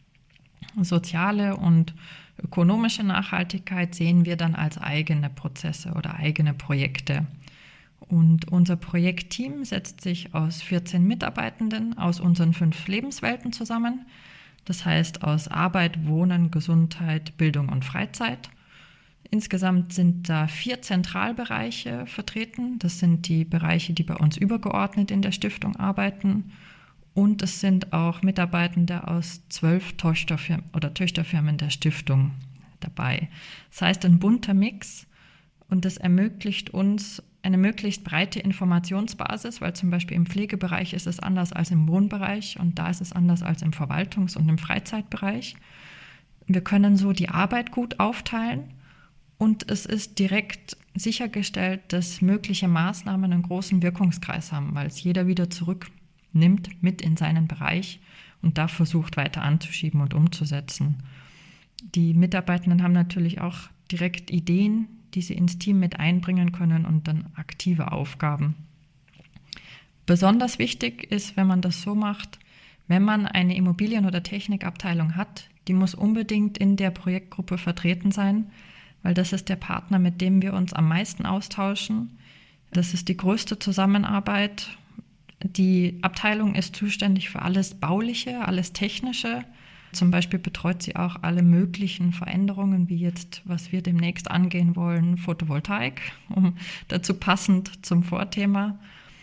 Soziale und ökonomische Nachhaltigkeit sehen wir dann als eigene Prozesse oder eigene Projekte. Und unser Projektteam setzt sich aus 14 Mitarbeitenden aus unseren 5 Lebenswelten zusammen. Das heißt aus Arbeit, Wohnen, Gesundheit, Bildung und Freizeit. Insgesamt sind da 4 Zentralbereiche vertreten. Das sind die Bereiche, die bei uns übergeordnet in der Stiftung arbeiten. Und es sind auch Mitarbeitende aus 12 Töchterfirmen der Stiftung dabei. Das heißt, ein bunter Mix, und das ermöglicht uns eine möglichst breite Informationsbasis, weil zum Beispiel im Pflegebereich ist es anders als im Wohnbereich und da ist es anders als im Verwaltungs- und im Freizeitbereich. Wir können so die Arbeit gut aufteilen. Und es ist direkt sichergestellt, dass mögliche Maßnahmen einen großen Wirkungskreis haben, weil es jeder wieder zurücknimmt mit in seinen Bereich und da versucht weiter anzuschieben und umzusetzen. Die Mitarbeitenden haben natürlich auch direkt Ideen, die sie ins Team mit einbringen können und dann aktive Aufgaben. Besonders wichtig ist, wenn man das so macht, wenn man eine Immobilien- oder Technikabteilung hat, die muss unbedingt in der Projektgruppe vertreten sein, weil das ist der Partner, mit dem wir uns am meisten austauschen. Das ist die größte Zusammenarbeit. Die Abteilung ist zuständig für alles Bauliche, alles Technische. Zum Beispiel betreut sie auch alle möglichen Veränderungen, wie jetzt, was wir demnächst angehen wollen, Photovoltaik, um dazu passend zum Vorthema.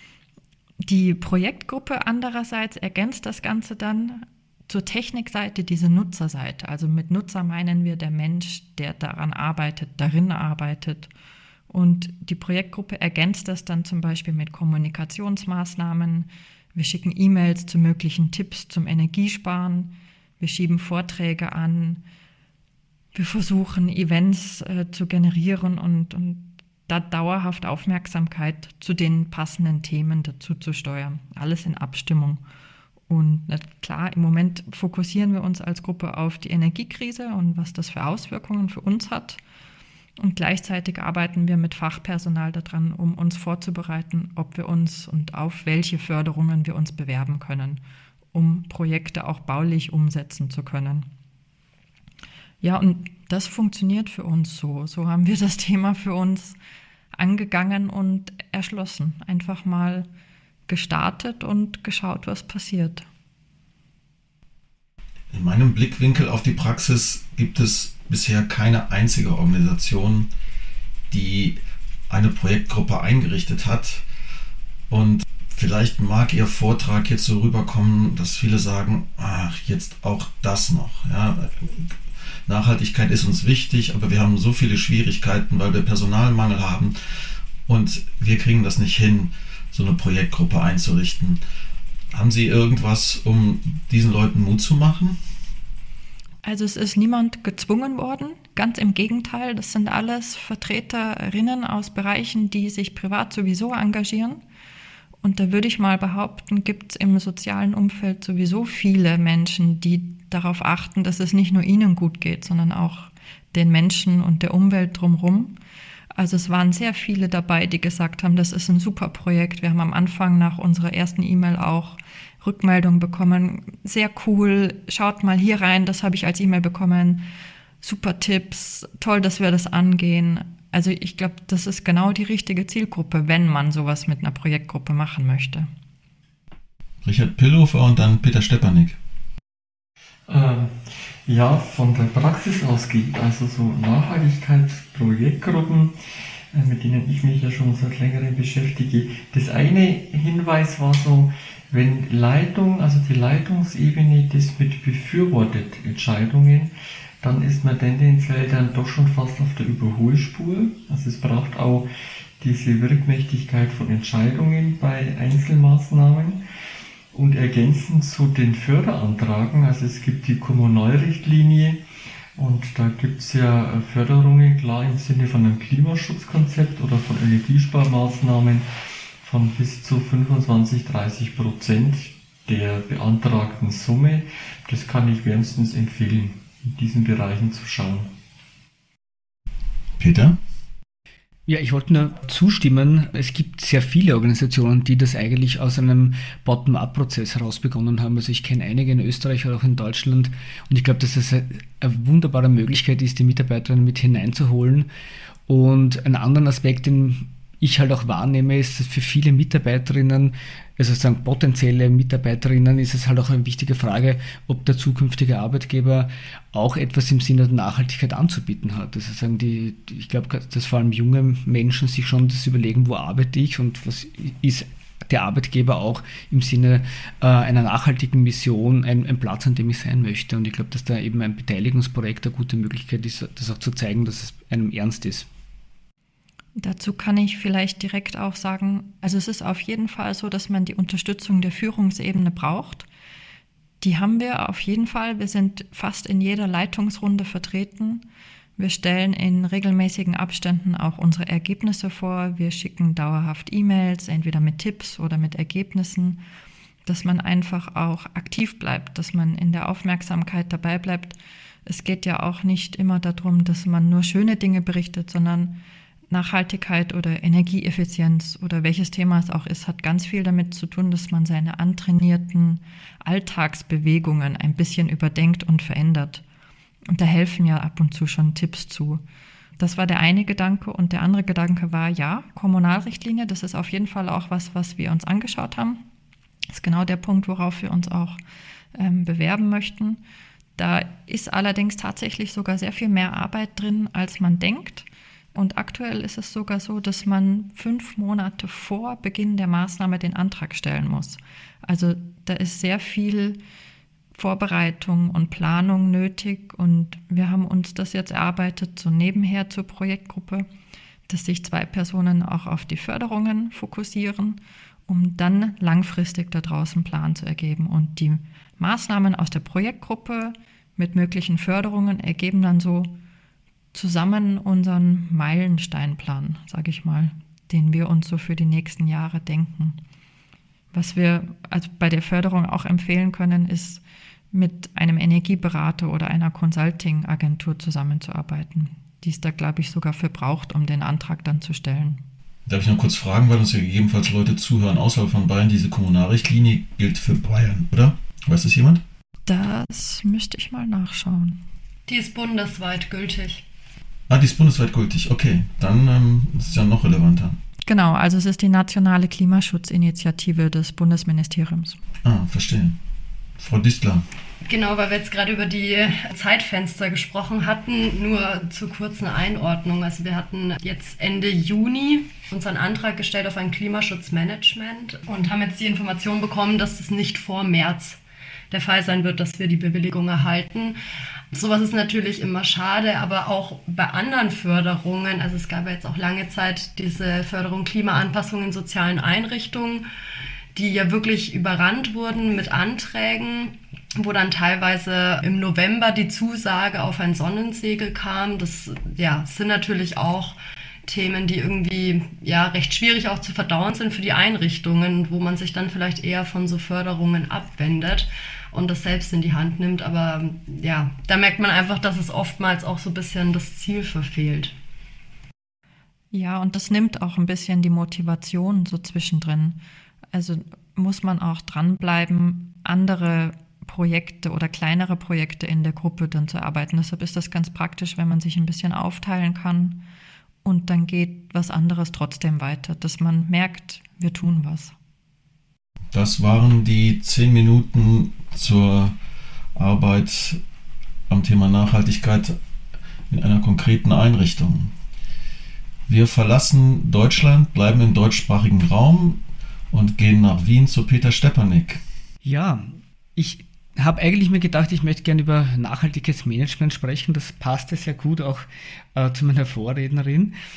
Die Projektgruppe andererseits ergänzt das Ganze dann zur Technikseite, diese Nutzerseite. Also mit Nutzer meinen wir der Mensch, der daran arbeitet, darin arbeitet. Und die Projektgruppe ergänzt das dann zum Beispiel mit Kommunikationsmaßnahmen. Wir schicken E-Mails zu möglichen Tipps zum Energiesparen. Wir schieben Vorträge an. Wir versuchen, Events zu generieren und da dauerhaft Aufmerksamkeit zu den passenden Themen dazu zu steuern. Alles in Abstimmung. Und klar, im Moment fokussieren wir uns als Gruppe auf die Energiekrise und was das für Auswirkungen für uns hat. Und gleichzeitig arbeiten wir mit Fachpersonal daran, um uns vorzubereiten, ob wir uns und auf welche Förderungen wir uns bewerben können, um Projekte auch baulich umsetzen zu können. Ja, und das funktioniert für uns so. So haben wir das Thema für uns angegangen und erschlossen. Einfach mal gestartet und geschaut, was passiert. In meinem Blickwinkel auf die Praxis gibt es bisher keine einzige Organisation, die eine Projektgruppe eingerichtet hat. Und vielleicht mag Ihr Vortrag jetzt so rüberkommen, dass viele sagen, ach, jetzt auch das noch. Ja, Nachhaltigkeit ist uns wichtig, aber wir haben so viele Schwierigkeiten, weil wir Personalmangel haben und wir kriegen das nicht hin, so eine Projektgruppe einzurichten. Haben Sie irgendwas, um diesen Leuten Mut zu machen? Also es ist niemand gezwungen worden, ganz im Gegenteil, das sind alles Vertreterinnen aus Bereichen, die sich privat sowieso engagieren. Und da würde ich mal behaupten, gibt es im sozialen Umfeld sowieso viele Menschen, die darauf achten, dass es nicht nur ihnen gut geht, sondern auch den Menschen und der Umwelt drumherum. Also es waren sehr viele dabei, die gesagt haben, das ist ein super Projekt. Wir haben am Anfang nach unserer ersten E-Mail auch Rückmeldung bekommen. Sehr cool, schaut mal hier rein, das habe ich als E-Mail bekommen. Super Tipps, toll, dass wir das angehen. Also ich glaube, das ist genau die richtige Zielgruppe, wenn man sowas mit einer Projektgruppe machen möchte. Richard Pillhofer und dann Peter Stepanek. Ja, von der Praxis ausgeht, also so Nachhaltigkeitsprojektgruppen, mit denen ich mich ja schon seit längerem beschäftige. Das eine Hinweis war so, wenn Leitung, also die Leitungsebene das mit befürwortet, Entscheidungen, dann ist man tendenziell dann doch schon fast auf der Überholspur. Also es braucht auch diese Wirkmächtigkeit von Entscheidungen bei Einzelmaßnahmen. Und ergänzend zu den Förderantragen, also es gibt die Kommunalrichtlinie und da gibt es ja Förderungen, klar im Sinne von einem Klimaschutzkonzept oder von Energiesparmaßnahmen von bis zu 25-30%, der beantragten Summe. Das kann ich wärmstens empfehlen, in diesen Bereichen zu schauen. Peter? Ja, ich wollte nur zustimmen. Es gibt sehr viele Organisationen, die das eigentlich aus einem Bottom-up-Prozess heraus begonnen haben. Also ich kenne einige in Österreich oder auch in Deutschland und ich glaube, dass es eine wunderbare Möglichkeit ist, die Mitarbeiterinnen mit hineinzuholen. Und einen anderen Aspekt, den ich halt auch wahrnehme, ist, dass für viele Mitarbeiterinnen, also sozusagen potenzielle Mitarbeiterinnen, ist es halt auch eine wichtige Frage, ob der zukünftige Arbeitgeber auch etwas im Sinne der Nachhaltigkeit anzubieten hat. Also sagen ich glaube, dass vor allem junge Menschen sich schon das überlegen, wo arbeite ich und was ist der Arbeitgeber auch im Sinne einer nachhaltigen Mission ein Platz, an dem ich sein möchte. Und ich glaube, dass da eben ein Beteiligungsprojekt eine gute Möglichkeit ist, das auch zu zeigen, dass es einem ernst ist. Dazu kann ich vielleicht direkt auch sagen, also es ist auf jeden Fall so, dass man die Unterstützung der Führungsebene braucht. Die haben wir auf jeden Fall. Wir sind fast in jeder Leitungsrunde vertreten. Wir stellen in regelmäßigen Abständen auch unsere Ergebnisse vor. Wir schicken dauerhaft E-Mails, entweder mit Tipps oder mit Ergebnissen, dass man einfach auch aktiv bleibt, dass man in der Aufmerksamkeit dabei bleibt. Es geht ja auch nicht immer darum, dass man nur schöne Dinge berichtet, sondern Nachhaltigkeit oder Energieeffizienz oder welches Thema es auch ist, hat ganz viel damit zu tun, dass man seine antrainierten Alltagsbewegungen ein bisschen überdenkt und verändert. Und da helfen ja ab und zu schon Tipps zu. Das war der eine Gedanke. Und der andere Gedanke war, ja, Kommunalrichtlinie, das ist auf jeden Fall auch was wir uns angeschaut haben. Das ist genau der Punkt, worauf wir uns auch bewerben möchten. Da ist allerdings tatsächlich sogar sehr viel mehr Arbeit drin, als man denkt. Und aktuell ist es sogar so, dass man 5 Monate vor Beginn der Maßnahme den Antrag stellen muss. Also da ist sehr viel Vorbereitung und Planung nötig. Und wir haben uns das jetzt erarbeitet, so nebenher zur Projektgruppe, dass sich 2 Personen auch auf die Förderungen fokussieren, um dann langfristig daraus einen Plan zu ergeben. Und die Maßnahmen aus der Projektgruppe mit möglichen Förderungen ergeben dann so zusammen unseren Meilensteinplan, sage ich mal, den wir uns so für die nächsten Jahre denken. Was wir also bei der Förderung auch empfehlen können, ist, mit einem Energieberater oder einer Consulting-Agentur zusammenzuarbeiten, die es da, glaube ich, sogar für braucht, um den Antrag dann zu stellen. Darf ich noch kurz fragen, weil uns ja gegebenenfalls Leute zuhören außerhalb von Bayern, diese Kommunalrichtlinie gilt für Bayern, oder? Weiß das jemand? Das müsste ich mal nachschauen. Die ist bundesweit gültig. Die ist bundesweit gültig. Okay, dann ist es ja noch relevanter. Genau, also es ist die nationale Klimaschutzinitiative des Bundesministeriums. Verstehe. Frau Distler. Genau, weil wir jetzt gerade über die Zeitfenster gesprochen hatten, nur zur kurzen Einordnung. Also wir hatten jetzt Ende Juni unseren Antrag gestellt auf ein Klimaschutzmanagement und haben jetzt die Information bekommen, dass es nicht vor März der Fall sein wird, dass wir die Bewilligung erhalten. Sowas ist natürlich immer schade, aber auch bei anderen Förderungen, also es gab ja jetzt auch lange Zeit diese Förderung Klimaanpassung in sozialen Einrichtungen, die ja wirklich überrannt wurden mit Anträgen, wo dann teilweise im November die Zusage auf ein Sonnensegel kam. Das sind natürlich auch Themen, die irgendwie recht schwierig auch zu verdauen sind für die Einrichtungen, wo man sich dann vielleicht eher von so Förderungen abwendet und das selbst in die Hand nimmt. Aber da merkt man einfach, dass es oftmals auch so ein bisschen das Ziel verfehlt. Ja, und das nimmt auch ein bisschen die Motivation so zwischendrin. Also muss man auch dranbleiben, andere Projekte oder kleinere Projekte in der Gruppe dann zu erarbeiten. Deshalb ist das ganz praktisch, wenn man sich ein bisschen aufteilen kann und dann geht was anderes trotzdem weiter, dass man merkt, wir tun was. Das waren die 10 Minuten zur Arbeit am Thema Nachhaltigkeit in einer konkreten Einrichtung. Wir verlassen Deutschland, bleiben im deutschsprachigen Raum und gehen nach Wien zu Peter Stepanek. Ja, ich habe eigentlich mir gedacht, ich möchte gerne über nachhaltiges Management sprechen. Das passte sehr gut auch zu meiner Vorrednerin.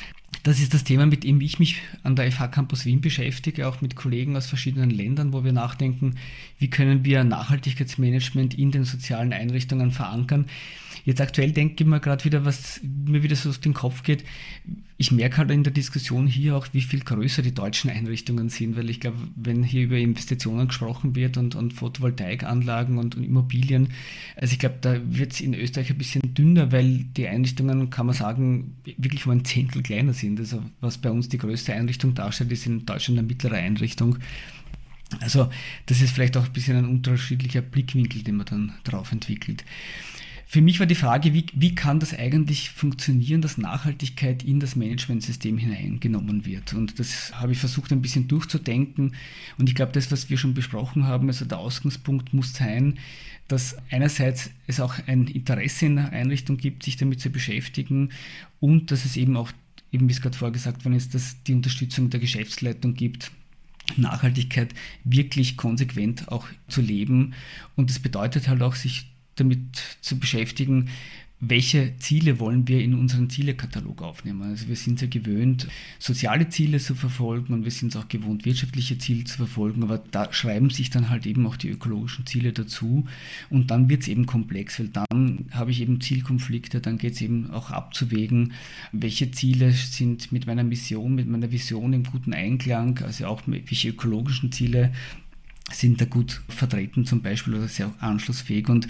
Das ist das Thema, mit dem ich mich an der FH Campus Wien beschäftige, auch mit Kollegen aus verschiedenen Ländern, wo wir nachdenken, wie können wir Nachhaltigkeitsmanagement in den sozialen Einrichtungen verankern. Jetzt aktuell denke ich mir gerade wieder, was mir wieder so durch den Kopf geht. Ich merke halt in der Diskussion hier auch, wie viel größer die deutschen Einrichtungen sind, weil ich glaube, wenn hier über Investitionen gesprochen wird und Photovoltaikanlagen und Immobilien, also ich glaube, da wird es in Österreich ein bisschen dünner, weil die Einrichtungen, kann man sagen, wirklich um ein Zehntel kleiner sind. Also was bei uns die größte Einrichtung darstellt, ist in Deutschland eine mittlere Einrichtung. Also das ist vielleicht auch ein bisschen ein unterschiedlicher Blickwinkel, den man dann drauf entwickelt. Für mich war die Frage, wie kann das eigentlich funktionieren, dass Nachhaltigkeit in das Managementsystem hineingenommen wird? Und das habe ich versucht ein bisschen durchzudenken. Und ich glaube, das, was wir schon besprochen haben, also der Ausgangspunkt muss sein, dass einerseits es auch ein Interesse in der Einrichtung gibt, sich damit zu beschäftigen und dass es eben auch, eben wie es gerade vorgesagt worden ist, dass die Unterstützung der Geschäftsleitung gibt, Nachhaltigkeit wirklich konsequent auch zu leben. Und das bedeutet halt auch, sich damit zu beschäftigen, welche Ziele wollen wir in unseren Zielekatalog aufnehmen. Also wir sind ja gewöhnt, soziale Ziele zu verfolgen und wir sind es auch gewohnt, wirtschaftliche Ziele zu verfolgen, aber da schreiben sich dann halt eben auch die ökologischen Ziele dazu und dann wird es eben komplex, weil dann habe ich eben Zielkonflikte, dann geht es eben auch abzuwägen, welche Ziele sind mit meiner Mission, mit meiner Vision im guten Einklang, also auch welche ökologischen Ziele sind da gut vertreten zum Beispiel oder sehr anschlussfähig und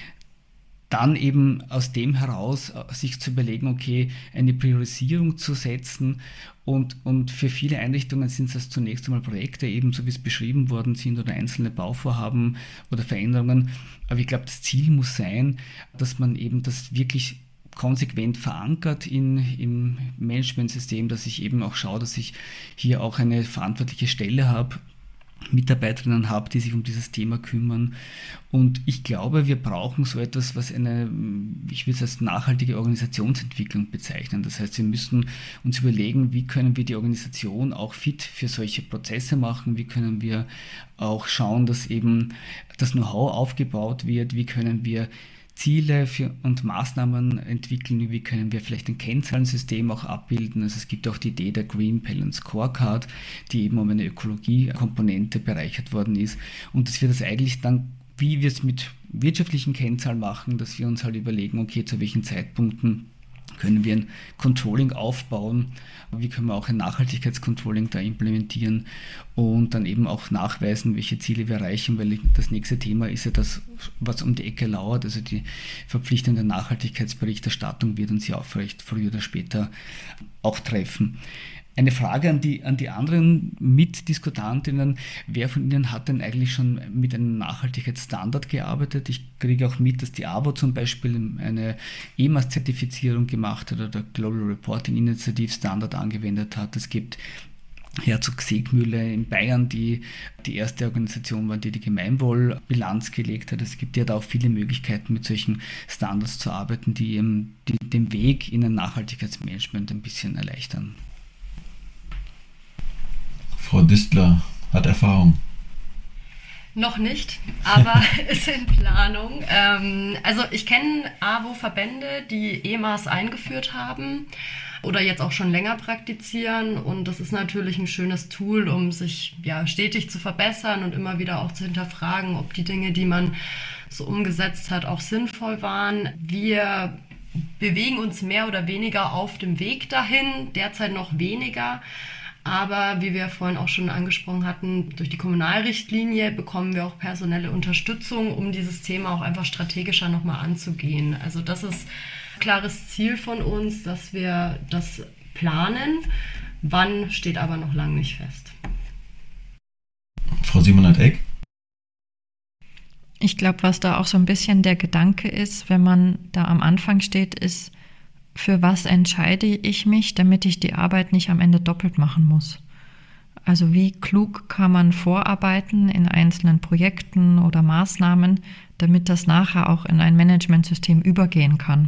dann eben aus dem heraus sich zu überlegen, okay, eine Priorisierung zu setzen und für viele Einrichtungen sind das zunächst einmal Projekte, ebenso wie es beschrieben worden sind oder einzelne Bauvorhaben oder Veränderungen, aber ich glaube, das Ziel muss sein, dass man eben das wirklich konsequent verankert im Managementsystem, dass ich eben auch schaue, dass ich hier auch eine verantwortliche Stelle habe, Mitarbeiterinnen habe, die sich um dieses Thema kümmern. Und ich glaube, wir brauchen so etwas, was ich will es als nachhaltige Organisationsentwicklung bezeichnen. Das heißt, wir müssen uns überlegen, wie können wir die Organisation auch fit für solche Prozesse machen, wie können wir auch schauen, dass eben das Know-how aufgebaut wird, wie können wir Ziele und Maßnahmen entwickeln, wie können wir vielleicht ein Kennzahlensystem auch abbilden. Also es gibt auch die Idee der Green Balance Scorecard, die eben um eine Ökologiekomponente bereichert worden ist und dass wir das eigentlich dann, wie wir es mit wirtschaftlichen Kennzahlen machen, dass wir uns halt überlegen, okay, zu welchen Zeitpunkten können wir ein Controlling aufbauen, wie können wir auch ein Nachhaltigkeitscontrolling da implementieren und dann eben auch nachweisen, welche Ziele wir erreichen, weil das nächste Thema ist ja das, was um die Ecke lauert, also die verpflichtende Nachhaltigkeitsberichterstattung wird uns ja auch vielleicht früher oder später auch treffen. Eine Frage an die anderen Mitdiskutantinnen. Wer von Ihnen hat denn eigentlich schon mit einem Nachhaltigkeitsstandard gearbeitet? Ich kriege auch mit, dass die AWO zum Beispiel eine EMAS-Zertifizierung gemacht hat oder der Global Reporting Initiative Standard angewendet hat. Es gibt Herzog Segmühle in Bayern, die erste Organisation war, die Gemeinwohlbilanz gelegt hat. Es gibt ja da auch viele Möglichkeiten, mit solchen Standards zu arbeiten, die den Weg in ein Nachhaltigkeitsmanagement ein bisschen erleichtern. Frau Distler hat Erfahrung. Noch nicht, aber ist in Planung. Also ich kenne AWO-Verbände, die EMAS eingeführt haben oder jetzt auch schon länger praktizieren und das ist natürlich ein schönes Tool, um sich stetig zu verbessern und immer wieder auch zu hinterfragen, ob die Dinge, die man so umgesetzt hat, auch sinnvoll waren. Wir bewegen uns mehr oder weniger auf dem Weg dahin, derzeit noch weniger. Aber wie wir vorhin auch schon angesprochen hatten, durch die Kommunalrichtlinie bekommen wir auch personelle Unterstützung, um dieses Thema auch einfach strategischer nochmal anzugehen. Also das ist ein klares Ziel von uns, dass wir das planen. Wann steht aber noch lange nicht fest. Frau Simonet-Eck? Ich glaube, was da auch so ein bisschen der Gedanke ist, wenn man da am Anfang steht, ist, für was entscheide ich mich, damit ich die Arbeit nicht am Ende doppelt machen muss. Also wie klug kann man vorarbeiten in einzelnen Projekten oder Maßnahmen, damit das nachher auch in ein Managementsystem übergehen kann.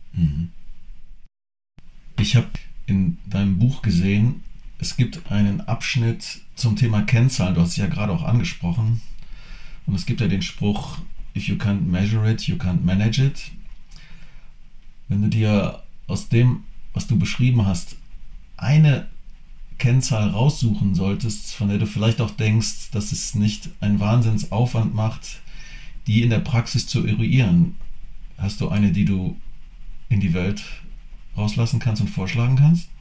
Ich habe in deinem Buch gesehen, es gibt einen Abschnitt zum Thema Kennzahlen, du hast es ja gerade auch angesprochen, und es gibt ja den Spruch, if you can't measure it, you can't manage it. Wenn du dir aus dem, was du beschrieben hast, eine Kennzahl raussuchen solltest, von der du vielleicht auch denkst, dass es nicht einen Wahnsinnsaufwand macht, die in der Praxis zu eruieren, hast du eine, die du in die Welt rauslassen kannst und vorschlagen kannst?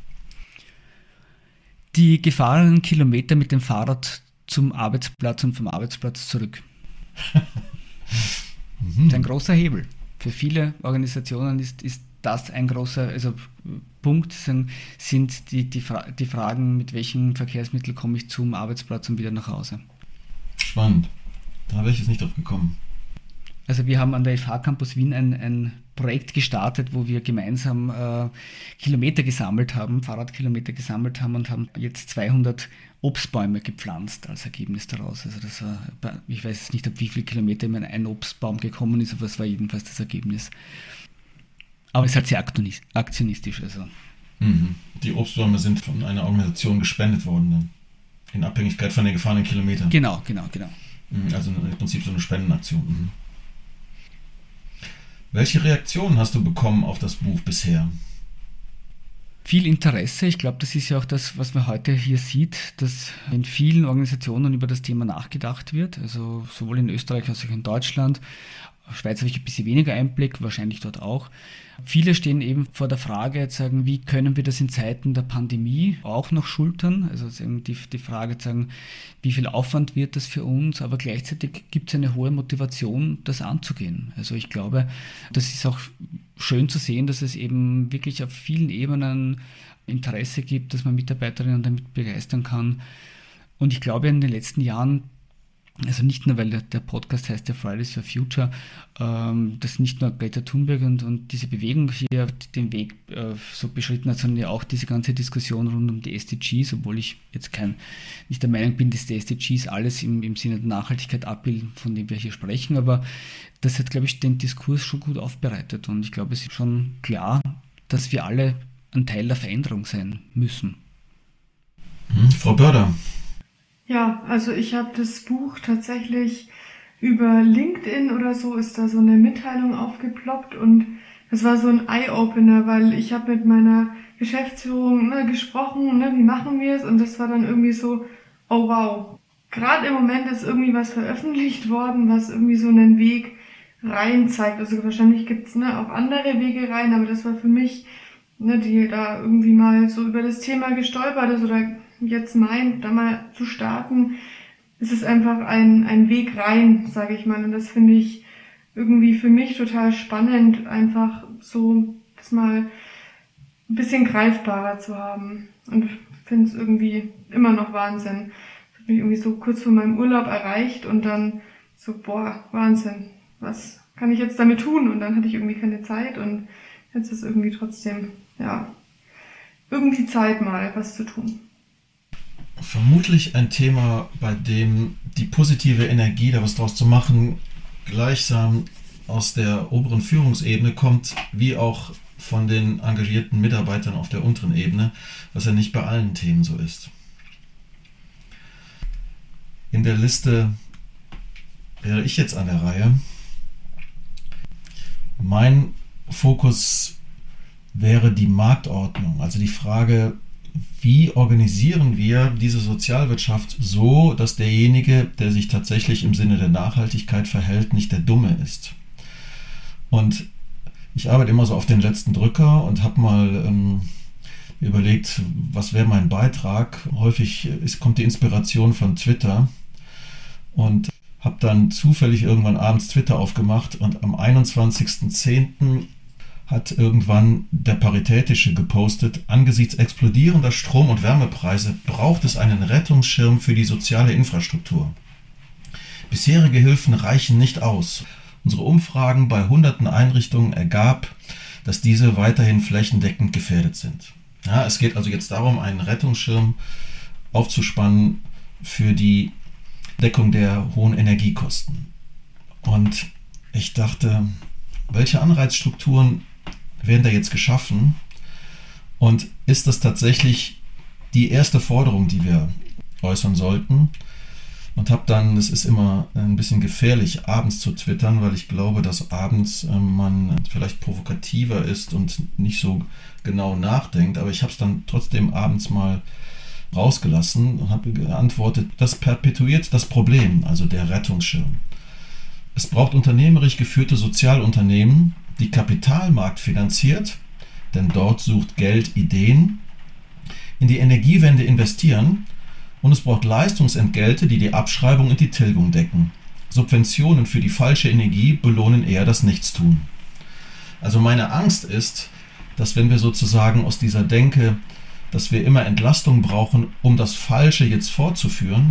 Die gefahrenen Kilometer mit dem Fahrrad zum Arbeitsplatz und vom Arbeitsplatz zurück. Das ist ein großer Hebel. Für viele Organisationen ist das ein großer Punkt, sind die Fragen, mit welchem Verkehrsmittel komme ich zum Arbeitsplatz und wieder nach Hause. Spannend. Da wäre ich jetzt nicht drauf gekommen. Also wir haben an der FH Campus Wien ein Projekt gestartet, wo wir gemeinsam Kilometer gesammelt haben, Fahrradkilometer gesammelt haben und haben jetzt 200 Obstbäume gepflanzt als Ergebnis daraus. Also das war, ich weiß jetzt nicht, ab wie viele Kilometer immer ein Obstbaum gekommen ist, aber es war jedenfalls das Ergebnis. Aber es ist halt sehr aktionistisch. Also. Die Obstbäume sind von einer Organisation gespendet worden, dann, in Abhängigkeit von den gefahrenen Kilometern. Genau. Also im Prinzip so eine Spendenaktion. Welche Reaktionen hast du bekommen auf das Buch bisher? Viel Interesse. Ich glaube, das ist ja auch das, was man heute hier sieht, dass in vielen Organisationen über das Thema nachgedacht wird. Also sowohl in Österreich als auch in Deutschland. Schweiz habe ich ein bisschen weniger Einblick, wahrscheinlich dort auch. Viele stehen eben vor der Frage, sagen, wie können wir das in Zeiten der Pandemie auch noch schultern? Also die Frage, sagen, wie viel Aufwand wird das für uns? Aber gleichzeitig gibt es eine hohe Motivation, das anzugehen. Also ich glaube, das ist auch schön zu sehen, dass es eben wirklich auf vielen Ebenen Interesse gibt, dass man Mitarbeiterinnen damit begeistern kann. Und ich glaube, in den letzten Jahren, also nicht nur, weil der Podcast heißt ja Fridays for Future, dass nicht nur Greta Thunberg und diese Bewegung hier den Weg so beschritten hat, sondern ja auch diese ganze Diskussion rund um die SDGs, obwohl ich jetzt nicht der Meinung bin, dass die SDGs alles im Sinne der Nachhaltigkeit abbilden, von dem wir hier sprechen, aber das hat, glaube ich, den Diskurs schon gut aufbereitet und ich glaube, es ist schon klar, dass wir alle ein Teil der Veränderung sein müssen. Frau Börder. Ja, also ich habe das Buch tatsächlich über LinkedIn oder so, ist da so eine Mitteilung aufgeploppt und das war so ein Eye-Opener, weil ich habe mit meiner Geschäftsführung gesprochen, wie machen wir es, und das war dann irgendwie so, oh wow, gerade im Moment ist irgendwie was veröffentlicht worden, was irgendwie so einen Weg rein zeigt. Also wahrscheinlich gibt's auch andere Wege rein, aber das war für mich, die da irgendwie mal so über das Thema gestolpert ist oder jetzt meint, da mal zu starten, ist es einfach ein Weg rein, sage ich mal. Und das finde ich irgendwie für mich total spannend, einfach so das mal ein bisschen greifbarer zu haben. Und finde es irgendwie immer noch Wahnsinn. Das hat mich irgendwie so kurz vor meinem Urlaub erreicht und dann so, Wahnsinn, was kann ich jetzt damit tun? Und dann hatte ich irgendwie keine Zeit und jetzt ist irgendwie trotzdem, irgendwie Zeit mal, was zu tun. Vermutlich ein Thema, bei dem die positive Energie, da was draus zu machen, gleichsam aus der oberen Führungsebene kommt, wie auch von den engagierten Mitarbeitern auf der unteren Ebene, was ja nicht bei allen Themen so ist. In der Liste wäre ich jetzt an der Reihe. Mein Fokus wäre die Marktordnung, also die Frage, wie organisieren wir diese Sozialwirtschaft so, dass derjenige, der sich tatsächlich im Sinne der Nachhaltigkeit verhält, nicht der Dumme ist. Und ich arbeite immer so auf den letzten Drücker und habe mal überlegt, was wäre mein Beitrag. Häufig kommt die Inspiration von Twitter und habe dann zufällig irgendwann abends Twitter aufgemacht und am 21.10. hat irgendwann der Paritätische gepostet, angesichts explodierender Strom- und Wärmepreise braucht es einen Rettungsschirm für die soziale Infrastruktur. Bisherige Hilfen reichen nicht aus. Unsere Umfragen bei hunderten Einrichtungen ergab, dass diese weiterhin flächendeckend gefährdet sind. Ja, es geht also jetzt darum, einen Rettungsschirm aufzuspannen für die Deckung der hohen Energiekosten. Und ich dachte, welche Anreizstrukturen werden da jetzt geschaffen? Und ist das tatsächlich die erste Forderung, die wir äußern sollten? und habe dann, es ist immer ein bisschen gefährlich, abends zu twittern, weil ich glaube, dass abends man vielleicht provokativer ist und nicht so genau nachdenkt, aber ich habe es dann trotzdem abends mal rausgelassen und habe geantwortet, das perpetuiert das Problem, also der Rettungsschirm. Es braucht unternehmerisch geführte Sozialunternehmen, die Kapitalmarkt finanziert, denn dort sucht Geld Ideen, in die Energiewende investieren, und es braucht Leistungsentgelte, die die Abschreibung und die Tilgung decken. Subventionen für die falsche Energie belohnen eher das Nichtstun. Also meine Angst ist, dass wenn wir sozusagen aus dieser Denke, dass wir immer Entlastung brauchen, um das Falsche jetzt fortzuführen,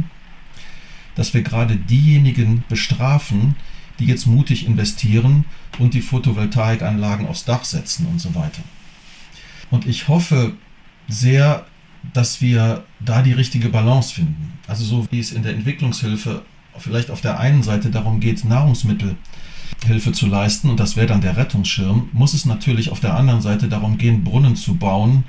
dass wir gerade diejenigen bestrafen, die jetzt mutig investieren und die Photovoltaikanlagen aufs Dach setzen und so weiter. Und ich hoffe sehr, dass wir da die richtige Balance finden. Also so wie es in der Entwicklungshilfe vielleicht auf der einen Seite darum geht, Nahrungsmittelhilfe zu leisten, und das wäre dann der Rettungsschirm, muss es natürlich auf der anderen Seite darum gehen, Brunnen zu bauen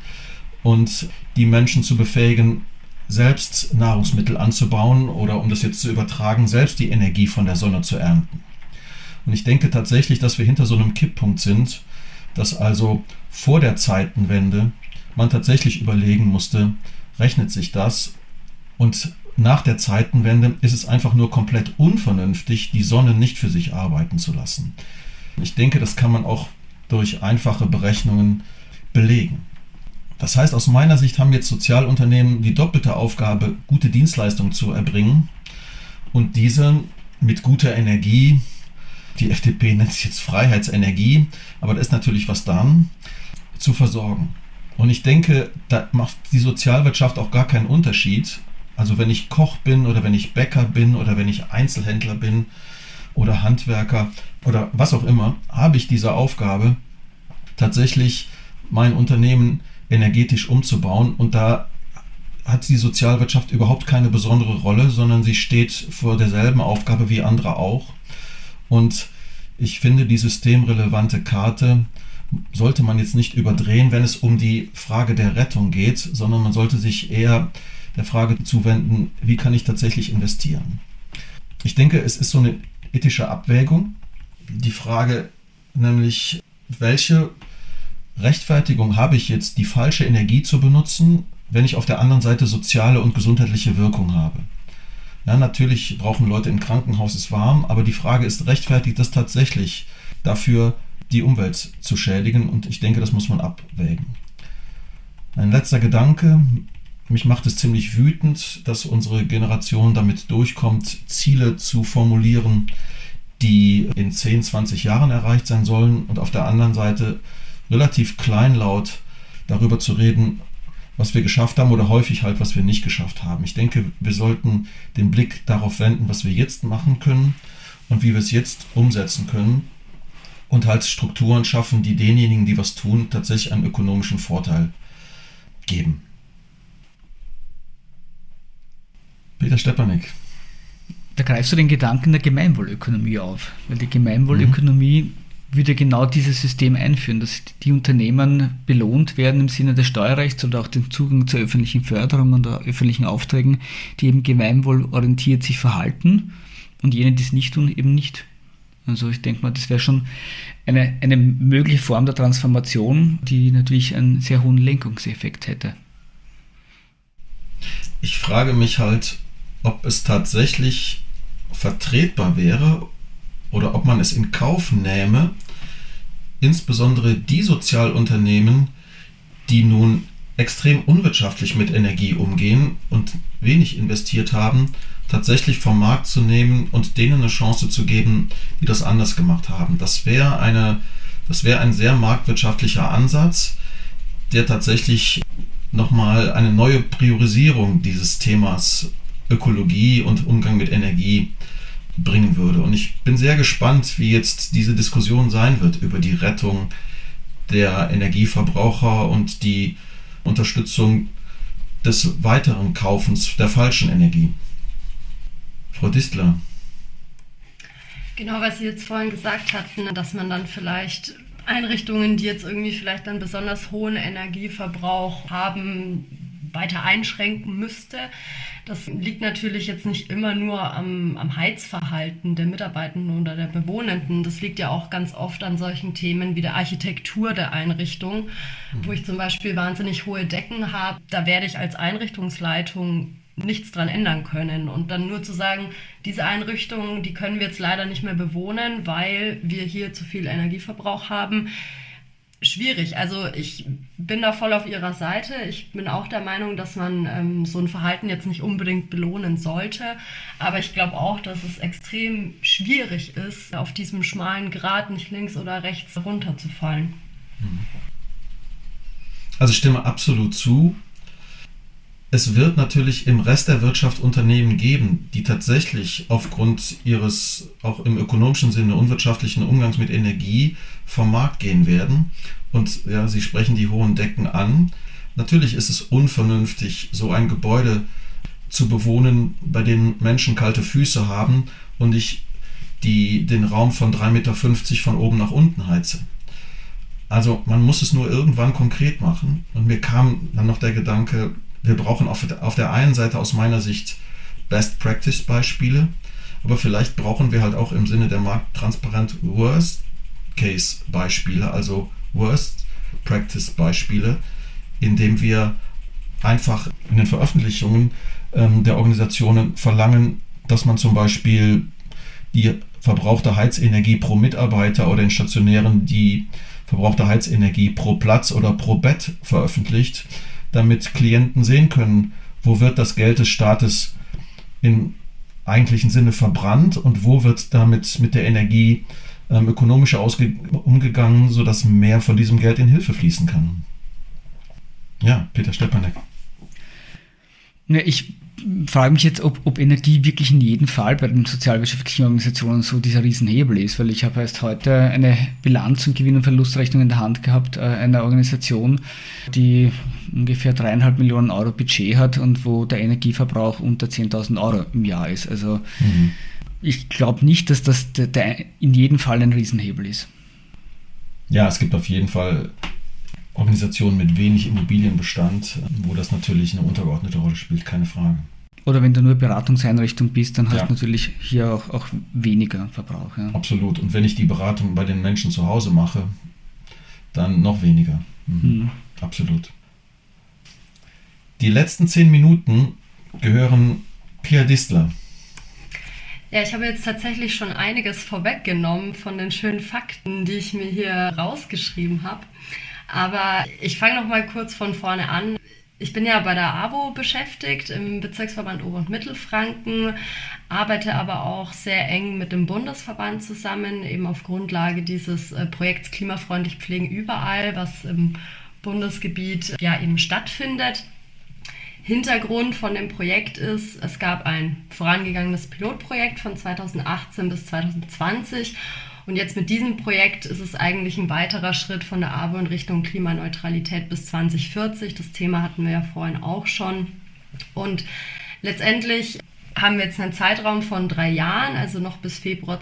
und die Menschen zu befähigen, selbst Nahrungsmittel anzubauen oder, um das jetzt zu übertragen, selbst die Energie von der Sonne zu ernten. Und ich denke tatsächlich, dass wir hinter so einem Kipppunkt sind, dass also vor der Zeitenwende man tatsächlich überlegen musste, rechnet sich das? Und nach der Zeitenwende ist es einfach nur komplett unvernünftig, die Sonne nicht für sich arbeiten zu lassen. Ich denke, das kann man auch durch einfache Berechnungen belegen. Das heißt, aus meiner Sicht haben jetzt Sozialunternehmen die doppelte Aufgabe, gute Dienstleistungen zu erbringen und diese mit guter Energie, die FDP nennt es jetzt Freiheitsenergie, aber da ist natürlich was dran, zu versorgen. Und ich denke, da macht die Sozialwirtschaft auch gar keinen Unterschied. Also wenn ich Koch bin oder wenn ich Bäcker bin oder wenn ich Einzelhändler bin oder Handwerker oder was auch immer, habe ich diese Aufgabe, tatsächlich mein Unternehmen energetisch umzubauen. Und da hat die Sozialwirtschaft überhaupt keine besondere Rolle, sondern sie steht vor derselben Aufgabe wie andere auch. Und ich finde, die systemrelevante Karte sollte man jetzt nicht überdrehen, wenn es um die Frage der Rettung geht, sondern man sollte sich eher der Frage zuwenden, wie kann ich tatsächlich investieren. Ich denke, es ist so eine ethische Abwägung. Die Frage nämlich, welche Rechtfertigung habe ich jetzt, die falsche Energie zu benutzen, wenn ich auf der anderen Seite soziale und gesundheitliche Wirkung habe. Ja, natürlich brauchen Leute im Krankenhaus es warm, aber die Frage ist, rechtfertigt das tatsächlich dafür, die Umwelt zu schädigen? Und ich denke, das muss man abwägen. Ein letzter Gedanke. Mich macht es ziemlich wütend, dass unsere Generation damit durchkommt, Ziele zu formulieren, die in 10, 20 Jahren erreicht sein sollen, und auf der anderen Seite relativ kleinlaut darüber zu reden, was wir geschafft haben oder häufig halt, was wir nicht geschafft haben. Ich denke, wir sollten den Blick darauf wenden, was wir jetzt machen können und wie wir es jetzt umsetzen können und halt Strukturen schaffen, die denjenigen, die was tun, tatsächlich einen ökonomischen Vorteil geben. Peter Stepanek. Da greifst du den Gedanken der Gemeinwohlökonomie auf, weil die Gemeinwohlökonomie würde genau dieses System einführen, dass die Unternehmen belohnt werden im Sinne des Steuerrechts und auch den Zugang zur öffentlichen Förderung und öffentlichen Aufträgen, die eben gemeinwohlorientiert sich verhalten, und jene, die es nicht tun, eben nicht. Also ich denke mal, das wäre schon eine mögliche Form der Transformation, die natürlich einen sehr hohen Lenkungseffekt hätte. Ich frage mich halt, ob es tatsächlich vertretbar wäre oder ob man es in Kauf nähme, insbesondere die Sozialunternehmen, die nun extrem unwirtschaftlich mit Energie umgehen und wenig investiert haben, tatsächlich vom Markt zu nehmen und denen eine Chance zu geben, die das anders gemacht haben. Das wäre ein sehr marktwirtschaftlicher Ansatz, der tatsächlich nochmal eine neue Priorisierung dieses Themas Ökologie und Umgang mit Energie bringen würde. Und ich bin sehr gespannt, wie jetzt diese Diskussion sein wird über die Rettung der Energieverbraucher und die Unterstützung des weiteren Kaufens der falschen Energie. Frau Distler. Genau, was Sie jetzt vorhin gesagt hatten, dass man dann vielleicht Einrichtungen, die jetzt irgendwie vielleicht einen besonders hohen Energieverbrauch haben, weiter einschränken müsste. Das liegt natürlich jetzt nicht immer nur am Heizverhalten der Mitarbeitenden oder der Bewohnenden. Das liegt ja auch ganz oft an solchen Themen wie der Architektur der Einrichtung, wo ich zum Beispiel wahnsinnig hohe Decken habe. Da werde ich als Einrichtungsleitung nichts dran ändern können. Und dann nur zu sagen, diese Einrichtung, die können wir jetzt leider nicht mehr bewohnen, weil wir hier zu viel Energieverbrauch haben. Schwierig. Also ich bin da voll auf Ihrer Seite. Ich bin auch der Meinung, dass man so ein Verhalten jetzt nicht unbedingt belohnen sollte. Aber ich glaube auch, dass es extrem schwierig ist, auf diesem schmalen Grat nicht links oder rechts runterzufallen. Also ich stimme absolut zu. Es wird natürlich im Rest der Wirtschaft Unternehmen geben, die tatsächlich aufgrund ihres auch im ökonomischen Sinne unwirtschaftlichen Umgangs mit Energie vom Markt gehen werden. Und ja, Sie sprechen die hohen Decken an. Natürlich ist es unvernünftig, so ein Gebäude zu bewohnen, bei dem Menschen kalte Füße haben und ich den Raum von 3,50 Meter von oben nach unten heize. Also man muss es nur irgendwann konkret machen. Und mir kam dann noch der Gedanke, wir brauchen auf der einen Seite aus meiner Sicht Best-Practice-Beispiele, aber vielleicht brauchen wir halt auch im Sinne der Markttransparenz Worst-Case-Beispiele, also Worst-Practice-Beispiele, indem wir einfach in den Veröffentlichungen der Organisationen verlangen, dass man zum Beispiel die verbrauchte Heizenergie pro Mitarbeiter oder in Stationären die verbrauchte Heizenergie pro Platz oder pro Bett veröffentlicht, damit Klienten sehen können, wo wird das Geld des Staates im eigentlichen Sinne verbrannt und wo wird damit mit der Energie ökonomischer umgegangen, sodass mehr von diesem Geld in Hilfe fließen kann. Ja, Peter Stepanek. Ja, ich frage mich jetzt, ob Energie wirklich in jedem Fall bei den sozialwirtschaftlichen Organisationen so dieser Riesenhebel ist, weil ich habe erst heute eine Bilanz- und Gewinn- und Verlustrechnung in der Hand gehabt einer Organisation, die ungefähr 3,5 Millionen Euro Budget hat und wo der Energieverbrauch unter 10.000 Euro im Jahr ist. Also ich glaube nicht, dass das in jedem Fall ein Riesenhebel ist. Ja, es gibt auf jeden Fall Organisationen mit wenig Immobilienbestand, wo das natürlich eine untergeordnete Rolle spielt, keine Frage. Oder wenn du nur Beratungseinrichtung bist, dann hast du natürlich hier auch weniger Verbrauch. Ja. Absolut. Und wenn ich die Beratung bei den Menschen zu Hause mache, dann noch weniger. Absolut. Die letzten 10 Minuten gehören Pia Distler. Ja, ich habe jetzt tatsächlich schon einiges vorweggenommen von den schönen Fakten, die ich mir hier rausgeschrieben habe. Aber ich fange noch mal kurz von vorne an. Ich bin ja bei der AWO beschäftigt, im Bezirksverband Ober- und Mittelfranken, arbeite aber auch sehr eng mit dem Bundesverband zusammen, eben auf Grundlage dieses Projekts Klimafreundlich Pflegen überall, was im Bundesgebiet ja eben stattfindet. Hintergrund von dem Projekt ist, es gab ein vorangegangenes Pilotprojekt von 2018 bis 2020 und jetzt mit diesem Projekt ist es eigentlich ein weiterer Schritt von der AWO in Richtung Klimaneutralität bis 2040. Das Thema hatten wir ja vorhin auch schon. Und letztendlich haben wir jetzt einen Zeitraum von 3 Jahren, also noch bis Februar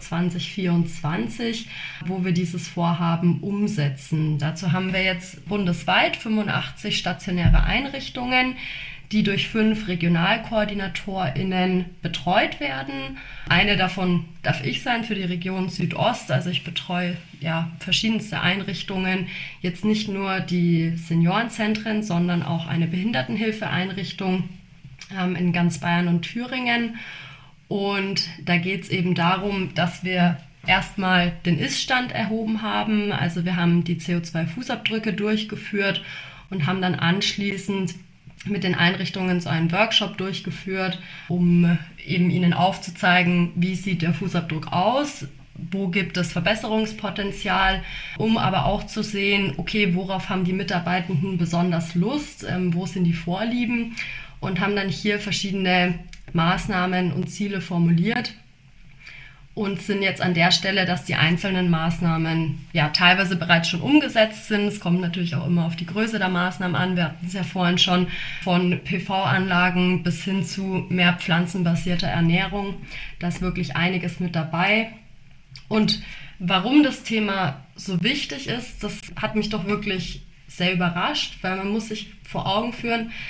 2024, wo wir dieses Vorhaben umsetzen. Dazu haben wir jetzt bundesweit 85 stationäre Einrichtungen, die durch 5 RegionalkoordinatorInnen betreut werden. Eine davon darf ich sein für die Region Südost. Also ich betreue ja verschiedenste Einrichtungen, jetzt nicht nur die Seniorenzentren, sondern auch eine Behindertenhilfeeinrichtung in ganz Bayern und Thüringen. Und da geht es eben darum, dass wir erstmal den Ist-Stand erhoben haben. Also wir haben die CO2-Fußabdrücke durchgeführt und haben dann anschließend mit den Einrichtungen so einen Workshop durchgeführt, um eben ihnen aufzuzeigen, wie sieht der Fußabdruck aus, wo gibt es Verbesserungspotenzial, um aber auch zu sehen, okay, worauf haben die Mitarbeitenden besonders Lust, wo sind die Vorlieben, und haben dann hier verschiedene Maßnahmen und Ziele formuliert und sind jetzt an der Stelle, dass die einzelnen Maßnahmen ja teilweise bereits schon umgesetzt sind. Es kommt natürlich auch immer auf die Größe der Maßnahmen an. Wir hatten es ja vorhin schon von PV-Anlagen bis hin zu mehr pflanzenbasierter Ernährung. Da ist wirklich einiges mit dabei. Und warum das Thema so wichtig ist, das hat mich doch wirklich sehr überrascht, weil man muss sich vor Augen führen,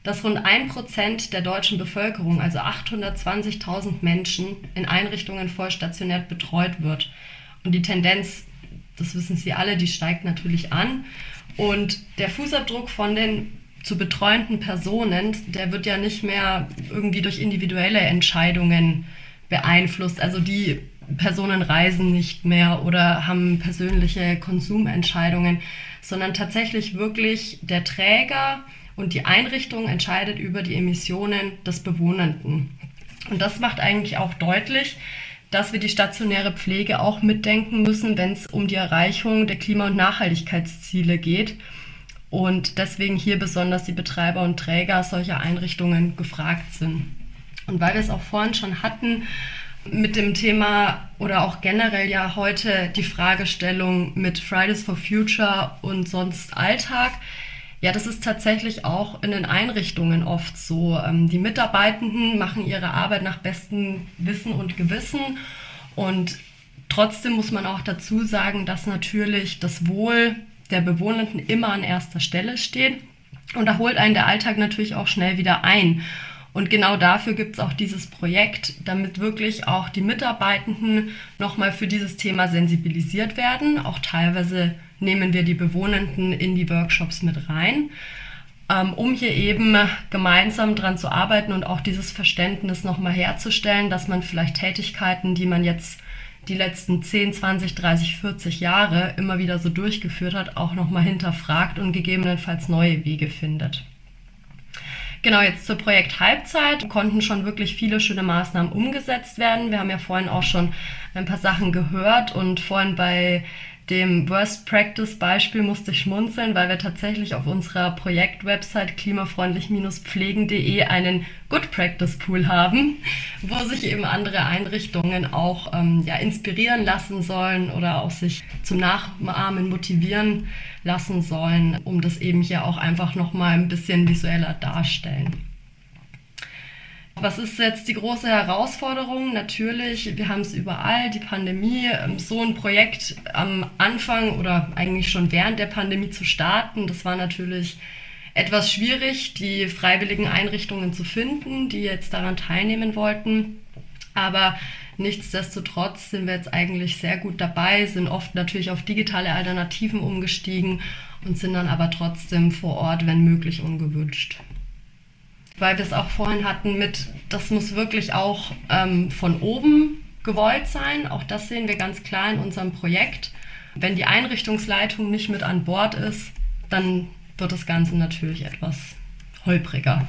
dass rund 1% der deutschen Bevölkerung, also 820.000 Menschen, in Einrichtungen vollstationiert betreut wird. Und die Tendenz, das wissen Sie alle, die steigt natürlich an. Und der Fußabdruck von den zu betreuenden Personen, der wird ja nicht mehr irgendwie durch individuelle Entscheidungen beeinflusst. Also die Personen reisen nicht mehr oder haben persönliche Konsumentscheidungen, sondern tatsächlich wirklich der Träger und die Einrichtung entscheidet über die Emissionen des Bewohnenden. Und das macht eigentlich auch deutlich, dass wir die stationäre Pflege auch mitdenken müssen, wenn es um die Erreichung der Klima- und Nachhaltigkeitsziele geht. Und deswegen hier besonders die Betreiber und Träger solcher Einrichtungen gefragt sind. Und weil wir es auch vorhin schon hatten, mit dem Thema oder auch generell ja heute die Fragestellung mit Fridays for Future und sonst Alltag, ja, das ist tatsächlich auch in den Einrichtungen oft so. Die Mitarbeitenden machen ihre Arbeit nach bestem Wissen und Gewissen und trotzdem muss man auch dazu sagen, dass natürlich das Wohl der Bewohnenden immer an erster Stelle steht und da holt einen der Alltag natürlich auch schnell wieder ein. Und genau dafür gibt es auch dieses Projekt, damit wirklich auch die Mitarbeitenden nochmal für dieses Thema sensibilisiert werden. Auch teilweise nehmen wir die Bewohnenden in die Workshops mit rein, um hier eben gemeinsam dran zu arbeiten und auch dieses Verständnis nochmal herzustellen, dass man vielleicht Tätigkeiten, die man jetzt die letzten 10, 20, 30, 40 Jahre immer wieder so durchgeführt hat, auch nochmal hinterfragt und gegebenenfalls neue Wege findet. Genau, jetzt zur Projekt Halbzeit konnten schon wirklich viele schöne Maßnahmen umgesetzt werden. Wir haben ja vorhin auch schon ein paar Sachen gehört und vorhin bei dem Worst Practice Beispiel musste ich schmunzeln, weil wir tatsächlich auf unserer Projektwebsite klimafreundlich-pflegen.de einen Good Practice Pool haben, wo sich eben andere Einrichtungen auch inspirieren lassen sollen oder auch sich zum Nachahmen motivieren lassen sollen, um das eben hier auch einfach nochmal ein bisschen visueller darstellen. Was ist jetzt die große Herausforderung? Natürlich, wir haben es überall, die Pandemie, so ein Projekt am Anfang oder eigentlich schon während der Pandemie zu starten, das war natürlich etwas schwierig, die freiwilligen Einrichtungen zu finden, die jetzt daran teilnehmen wollten. Aber nichtsdestotrotz sind wir jetzt eigentlich sehr gut dabei, sind oft natürlich auf digitale Alternativen umgestiegen und sind dann aber trotzdem vor Ort, wenn möglich, ungewünscht. Weil wir es auch vorhin hatten das muss wirklich auch von oben gewollt sein. Auch das sehen wir ganz klar in unserem Projekt. Wenn die Einrichtungsleitung nicht mit an Bord ist, dann wird das Ganze natürlich etwas holpriger.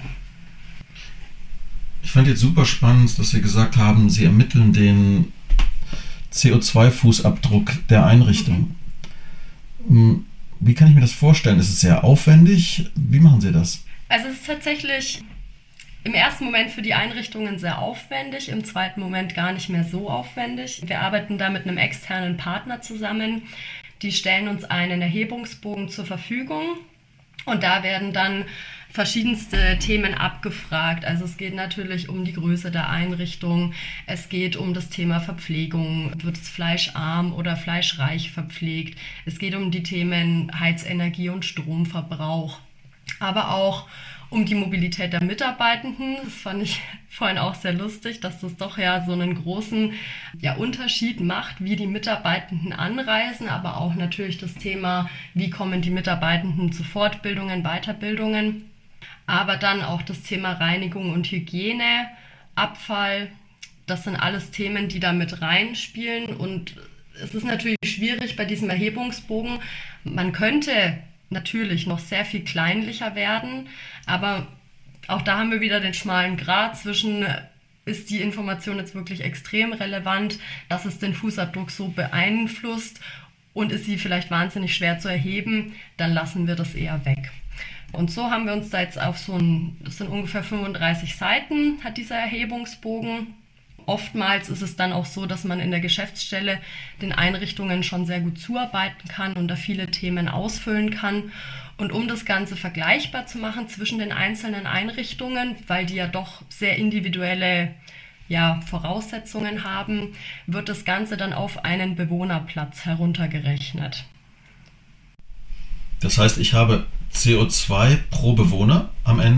Ich fand jetzt super spannend, dass Sie gesagt haben, Sie ermitteln den CO2-Fußabdruck der Einrichtung. Wie kann ich mir das vorstellen? Ist es sehr aufwendig? Wie machen Sie das? Also es ist tatsächlich im ersten Moment für die Einrichtungen sehr aufwendig, im zweiten Moment gar nicht mehr so aufwendig. Wir arbeiten da mit einem externen Partner zusammen. Die stellen uns einen Erhebungsbogen zur Verfügung und da werden dann verschiedenste Themen abgefragt. Also es geht natürlich um die Größe der Einrichtung, es geht um das Thema Verpflegung, wird es fleischarm oder fleischreich verpflegt, es geht um die Themen Heizenergie und Stromverbrauch, aber auch um die Mobilität der Mitarbeitenden. Das fand ich vorhin auch sehr lustig, dass das doch ja so einen großen Unterschied macht, wie die Mitarbeitenden anreisen, aber auch natürlich das Thema, wie kommen die Mitarbeitenden zu Fortbildungen, Weiterbildungen, aber dann auch das Thema Reinigung und Hygiene, Abfall, das sind alles Themen, die da mit reinspielen und es ist natürlich schwierig bei diesem Erhebungsbogen. Man könnte natürlich noch sehr viel kleinlicher werden, aber auch da haben wir wieder den schmalen Grat zwischen, ist die Information jetzt wirklich extrem relevant, dass es den Fußabdruck so beeinflusst und ist sie vielleicht wahnsinnig schwer zu erheben, dann lassen wir das eher weg. Und so haben wir uns da jetzt auf das sind ungefähr 35 Seiten, hat dieser Erhebungsbogen. Oftmals ist es dann auch so, dass man in der Geschäftsstelle den Einrichtungen schon sehr gut zuarbeiten kann und da viele Themen ausfüllen kann. Und um das Ganze vergleichbar zu machen zwischen den einzelnen Einrichtungen, weil die ja doch sehr individuelle Voraussetzungen haben, wird das Ganze dann auf einen Bewohnerplatz heruntergerechnet. Das heißt, ich habe CO2 pro Bewohner am Ende?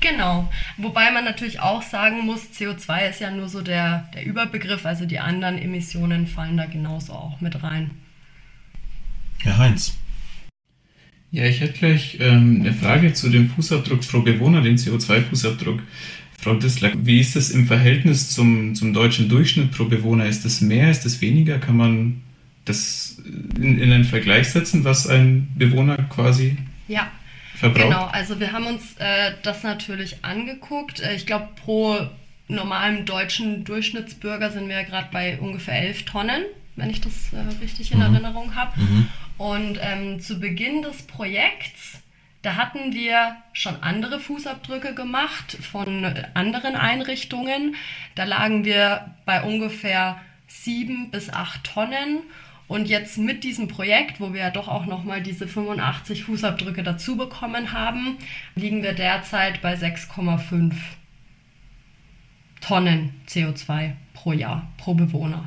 Genau, wobei man natürlich auch sagen muss, CO2 ist ja nur so der Überbegriff, also die anderen Emissionen fallen da genauso auch mit rein. Herr Heinz. Ja, ich hätte gleich eine Frage zu dem Fußabdruck pro Bewohner, dem CO2-Fußabdruck. Frau Dissler, wie ist das im Verhältnis zum deutschen Durchschnitt pro Bewohner? Ist das mehr, ist das weniger? Kann man das in einen Vergleich setzen, was ein Bewohner quasi verbraucht? Genau, also wir haben uns das natürlich angeguckt. Ich glaube, pro normalem deutschen Durchschnittsbürger sind wir ja gerade bei ungefähr 11 Tonnen, wenn ich das richtig in Erinnerung habe. Und zu Beginn des Projekts, da hatten wir schon andere Fußabdrücke gemacht von anderen Einrichtungen. Da lagen wir bei ungefähr 7 bis 8 Tonnen. Und jetzt mit diesem Projekt, wo wir ja doch auch nochmal diese 85 Fußabdrücke dazu bekommen haben, liegen wir derzeit bei 6,5 Tonnen CO2 pro Jahr, pro Bewohner.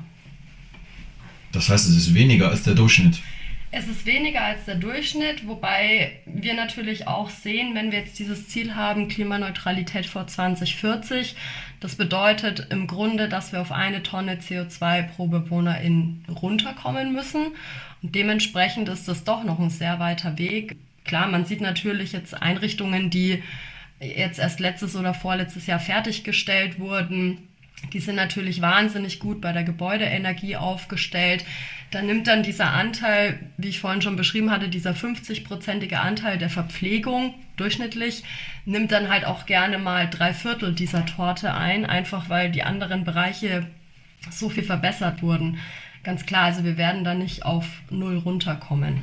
Das heißt, es ist weniger als der Durchschnitt. Es ist weniger als der Durchschnitt, wobei wir natürlich auch sehen, wenn wir jetzt dieses Ziel haben, Klimaneutralität vor 2040, das bedeutet im Grunde, dass wir auf 1 Tonne CO2 pro Bewohnerin runterkommen müssen. Und dementsprechend ist das doch noch ein sehr weiter Weg. Klar, man sieht natürlich jetzt Einrichtungen, die jetzt erst letztes oder vorletztes Jahr fertiggestellt wurden. Die sind natürlich wahnsinnig gut bei der Gebäudeenergie aufgestellt. Da nimmt dann dieser Anteil, wie ich vorhin schon beschrieben hatte, dieser 50-prozentige Anteil der Verpflegung durchschnittlich, nimmt dann halt auch gerne mal 3/4 dieser Torte ein, einfach weil die anderen Bereiche so viel verbessert wurden. Ganz klar, also wir werden da nicht auf 0 runterkommen.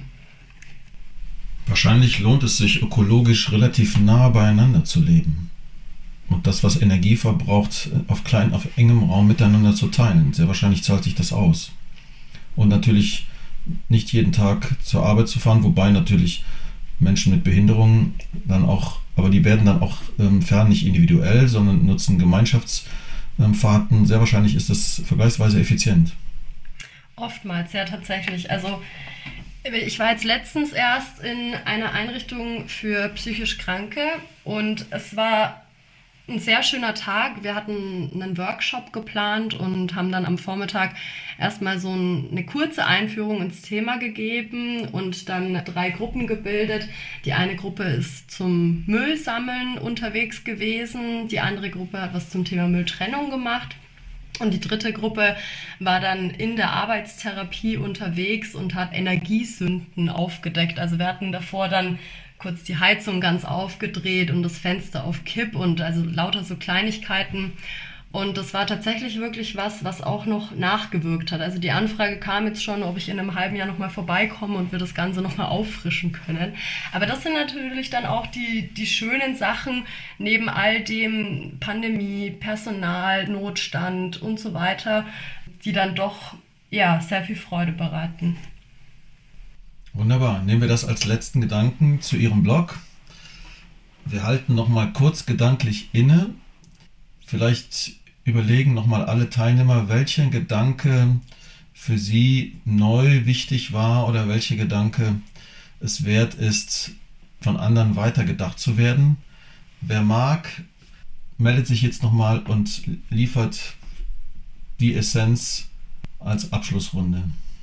Wahrscheinlich lohnt es sich, ökologisch relativ nah beieinander zu leben. Und das, was Energie verbraucht, auf engem Raum miteinander zu teilen. Sehr wahrscheinlich zahlt sich das aus. Und natürlich nicht jeden Tag zur Arbeit zu fahren, wobei natürlich Menschen mit Behinderungen dann auch, aber die werden dann auch fahren nicht individuell, sondern nutzen Gemeinschaftsfahrten. Sehr wahrscheinlich ist das vergleichsweise effizient. Oftmals, ja, tatsächlich. Also ich war jetzt letztens erst in einer Einrichtung für psychisch Kranke und es war ein sehr schöner Tag. Wir hatten einen Workshop geplant und haben dann am Vormittag erstmal so eine kurze Einführung ins Thema gegeben und dann 3 Gruppen gebildet. Die eine Gruppe ist zum Müllsammeln unterwegs gewesen, die andere Gruppe hat was zum Thema Mülltrennung gemacht. Und die dritte Gruppe war dann in der Arbeitstherapie unterwegs und hat Energiesünden aufgedeckt. Also wir hatten davor dann kurz die Heizung ganz aufgedreht und das Fenster auf Kipp und also lauter so Kleinigkeiten. Und das war tatsächlich wirklich was auch noch nachgewirkt hat. Also die Anfrage kam jetzt schon, ob ich in einem halben Jahr nochmal vorbeikomme und wir das Ganze nochmal auffrischen können. Aber das sind natürlich dann auch die schönen Sachen, neben all dem Pandemie, Personal, Notstand und so weiter, die dann doch sehr viel Freude bereiten. Wunderbar. Nehmen wir das als letzten Gedanken zu Ihrem Blog. Wir halten nochmal kurz gedanklich inne. Vielleicht überlegen nochmal alle Teilnehmer, welcher Gedanke für Sie neu wichtig war oder welcher Gedanke es wert ist, von anderen weitergedacht zu werden. Wer mag, meldet sich jetzt nochmal und liefert die Essenz als Abschlussrunde.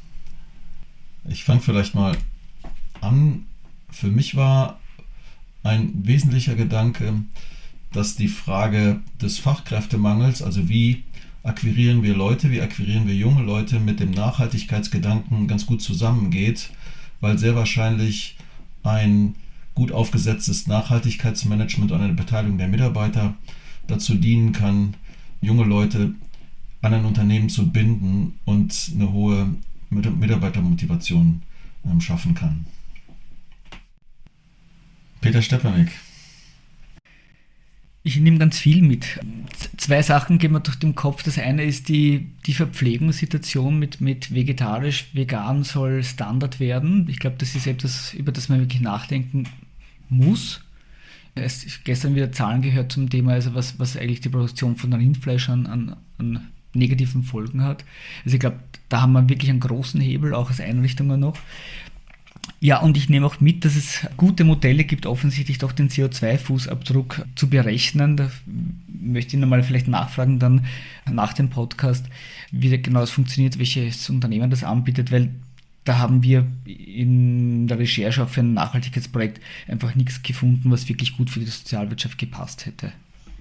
Ich fange vielleicht mal an. Für mich war ein wesentlicher Gedanke, dass die Frage des Fachkräftemangels, also wie akquirieren wir Leute, wie akquirieren wir junge Leute, mit dem Nachhaltigkeitsgedanken ganz gut zusammengeht, weil sehr wahrscheinlich ein gut aufgesetztes Nachhaltigkeitsmanagement und eine Beteiligung der Mitarbeiter dazu dienen kann, junge Leute an ein Unternehmen zu binden und eine hohe Mitarbeitermotivation schaffen kann. Peter Stepanek. Ich nehme ganz viel mit. 2 Sachen gehen mir durch den Kopf. Das eine ist die Verpflegungssituation mit vegetarisch, vegan soll Standard werden. Ich glaube, das ist etwas, über das man wirklich nachdenken muss. Ich habe gestern wieder Zahlen gehört zum Thema, also was eigentlich die Produktion von Rindfleisch an negativen Folgen hat. Also ich glaube, da haben wir wirklich einen großen Hebel, auch als Einrichtungen noch. Ja, und ich nehme auch mit, dass es gute Modelle gibt, offensichtlich doch den CO2-Fußabdruck zu berechnen. Da möchte ich nochmal vielleicht nachfragen dann nach dem Podcast, wie genau es funktioniert, welches Unternehmen das anbietet, weil da haben wir in der Recherche für ein Nachhaltigkeitsprojekt einfach nichts gefunden, was wirklich gut für die Sozialwirtschaft gepasst hätte.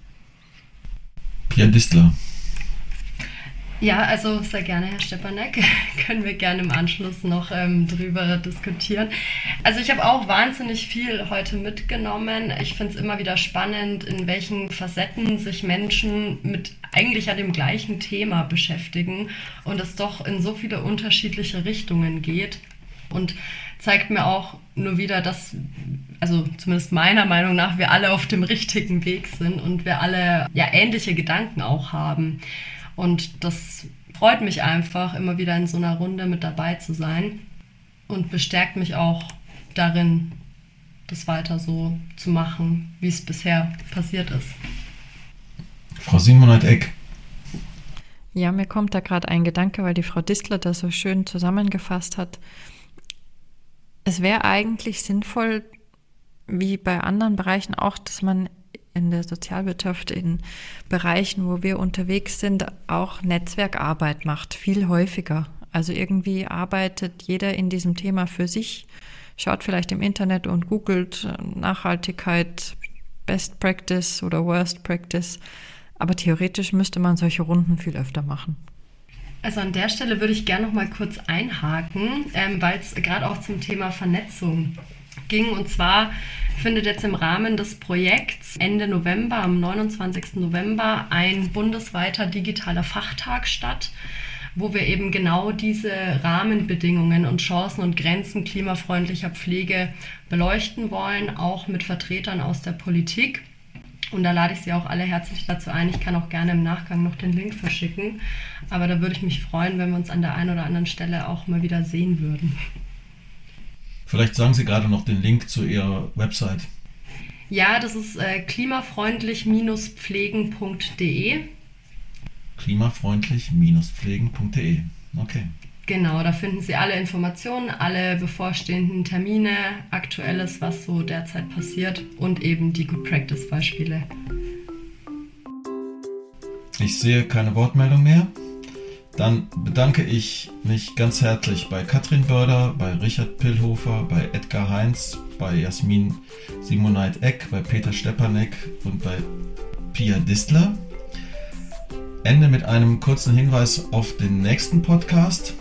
Pia Distler. Ja, also sehr gerne, Herr Stepanek. Können wir gerne im Anschluss noch drüber diskutieren. Also ich habe auch wahnsinnig viel heute mitgenommen. Ich finde es immer wieder spannend, in welchen Facetten sich Menschen mit eigentlich ja dem gleichen Thema beschäftigen und es doch in so viele unterschiedliche Richtungen geht. Und zeigt mir auch nur wieder, dass, also zumindest meiner Meinung nach, wir alle auf dem richtigen Weg sind und wir alle ja ähnliche Gedanken auch haben. Und das freut mich einfach, immer wieder in so einer Runde mit dabei zu sein und bestärkt mich auch darin, das weiter so zu machen, wie es bisher passiert ist. Frau Simoneit-Eck. Ja, mir kommt da gerade ein Gedanke, weil die Frau Distler das so schön zusammengefasst hat. Es wäre eigentlich sinnvoll, wie bei anderen Bereichen auch, dass man in der Sozialwirtschaft, in Bereichen, wo wir unterwegs sind, auch Netzwerkarbeit macht, viel häufiger. Also irgendwie arbeitet jeder in diesem Thema für sich, schaut vielleicht im Internet und googelt Nachhaltigkeit, Best Practice oder Worst Practice. Aber theoretisch müsste man solche Runden viel öfter machen. Also an der Stelle würde ich gerne noch mal kurz einhaken, weil es gerade auch zum Thema Vernetzung ging. Und zwar findet jetzt im Rahmen des Projekts Ende November, am 29. November, ein bundesweiter digitaler Fachtag statt, wo wir eben genau diese Rahmenbedingungen und Chancen und Grenzen klimafreundlicher Pflege beleuchten wollen, auch mit Vertretern aus der Politik. Und da lade ich Sie auch alle herzlich dazu ein. Ich kann auch gerne im Nachgang noch den Link verschicken. Aber da würde ich mich freuen, wenn wir uns an der einen oder anderen Stelle auch mal wieder sehen würden. Vielleicht sagen Sie gerade noch den Link zu Ihrer Website. Ja, das ist klimafreundlich-pflegen.de. Klimafreundlich-pflegen.de. Okay. Genau, da finden Sie alle Informationen, alle bevorstehenden Termine, Aktuelles, was so derzeit passiert und eben die Good Practice Beispiele. Ich sehe keine Wortmeldung mehr. Dann bedanke ich mich ganz herzlich bei Katrin Börder, bei Richard Pillhofer, bei Edgar Heinz, bei Jasmin Simoneit-Eck, bei Peter Stepanek und bei Pia Distler. Ende mit einem kurzen Hinweis auf den nächsten Podcast.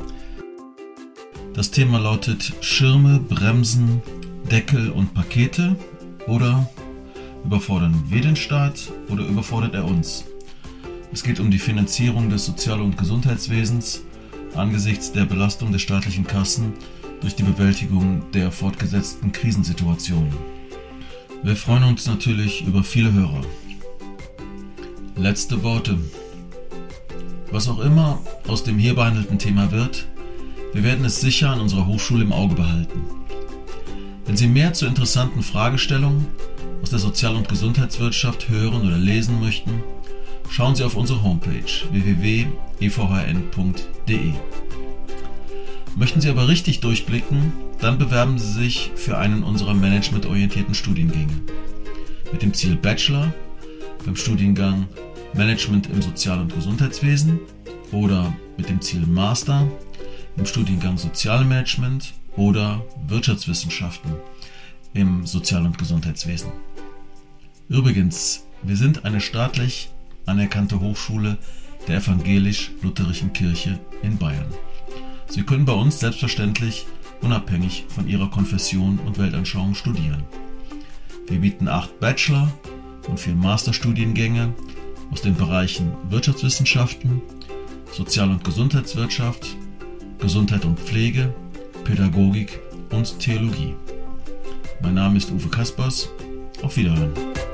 Das Thema lautet Schirme, Bremsen, Deckel und Pakete, oder überfordern wir den Staat oder überfordert er uns? Es geht um die Finanzierung des Sozial- und Gesundheitswesens angesichts der Belastung der staatlichen Kassen durch die Bewältigung der fortgesetzten Krisensituationen. Wir freuen uns natürlich über viele Hörer. Letzte Worte. Was auch immer aus dem hier behandelten Thema wird, wir werden es sicher an unserer Hochschule im Auge behalten. Wenn Sie mehr zu interessanten Fragestellungen aus der Sozial- und Gesundheitswirtschaft hören oder lesen möchten, schauen Sie auf unsere Homepage www.evhn.de. Möchten Sie aber richtig durchblicken, dann bewerben Sie sich für einen unserer managementorientierten Studiengänge. Mit dem Ziel Bachelor beim Studiengang Management im Sozial- und Gesundheitswesen oder mit dem Ziel Master im Studiengang Sozialmanagement oder Wirtschaftswissenschaften im Sozial- und Gesundheitswesen. Übrigens, wir sind eine staatlich anerkannte Hochschule der Evangelisch-Lutherischen Kirche in Bayern. Sie können bei uns selbstverständlich unabhängig von Ihrer Konfession und Weltanschauung studieren. Wir bieten 8 Bachelor- und 4 Masterstudiengänge aus den Bereichen Wirtschaftswissenschaften, Sozial- und Gesundheitswirtschaft, Gesundheit und Pflege, Pädagogik und Theologie. Mein Name ist Uwe Kaspers. Auf Wiederhören.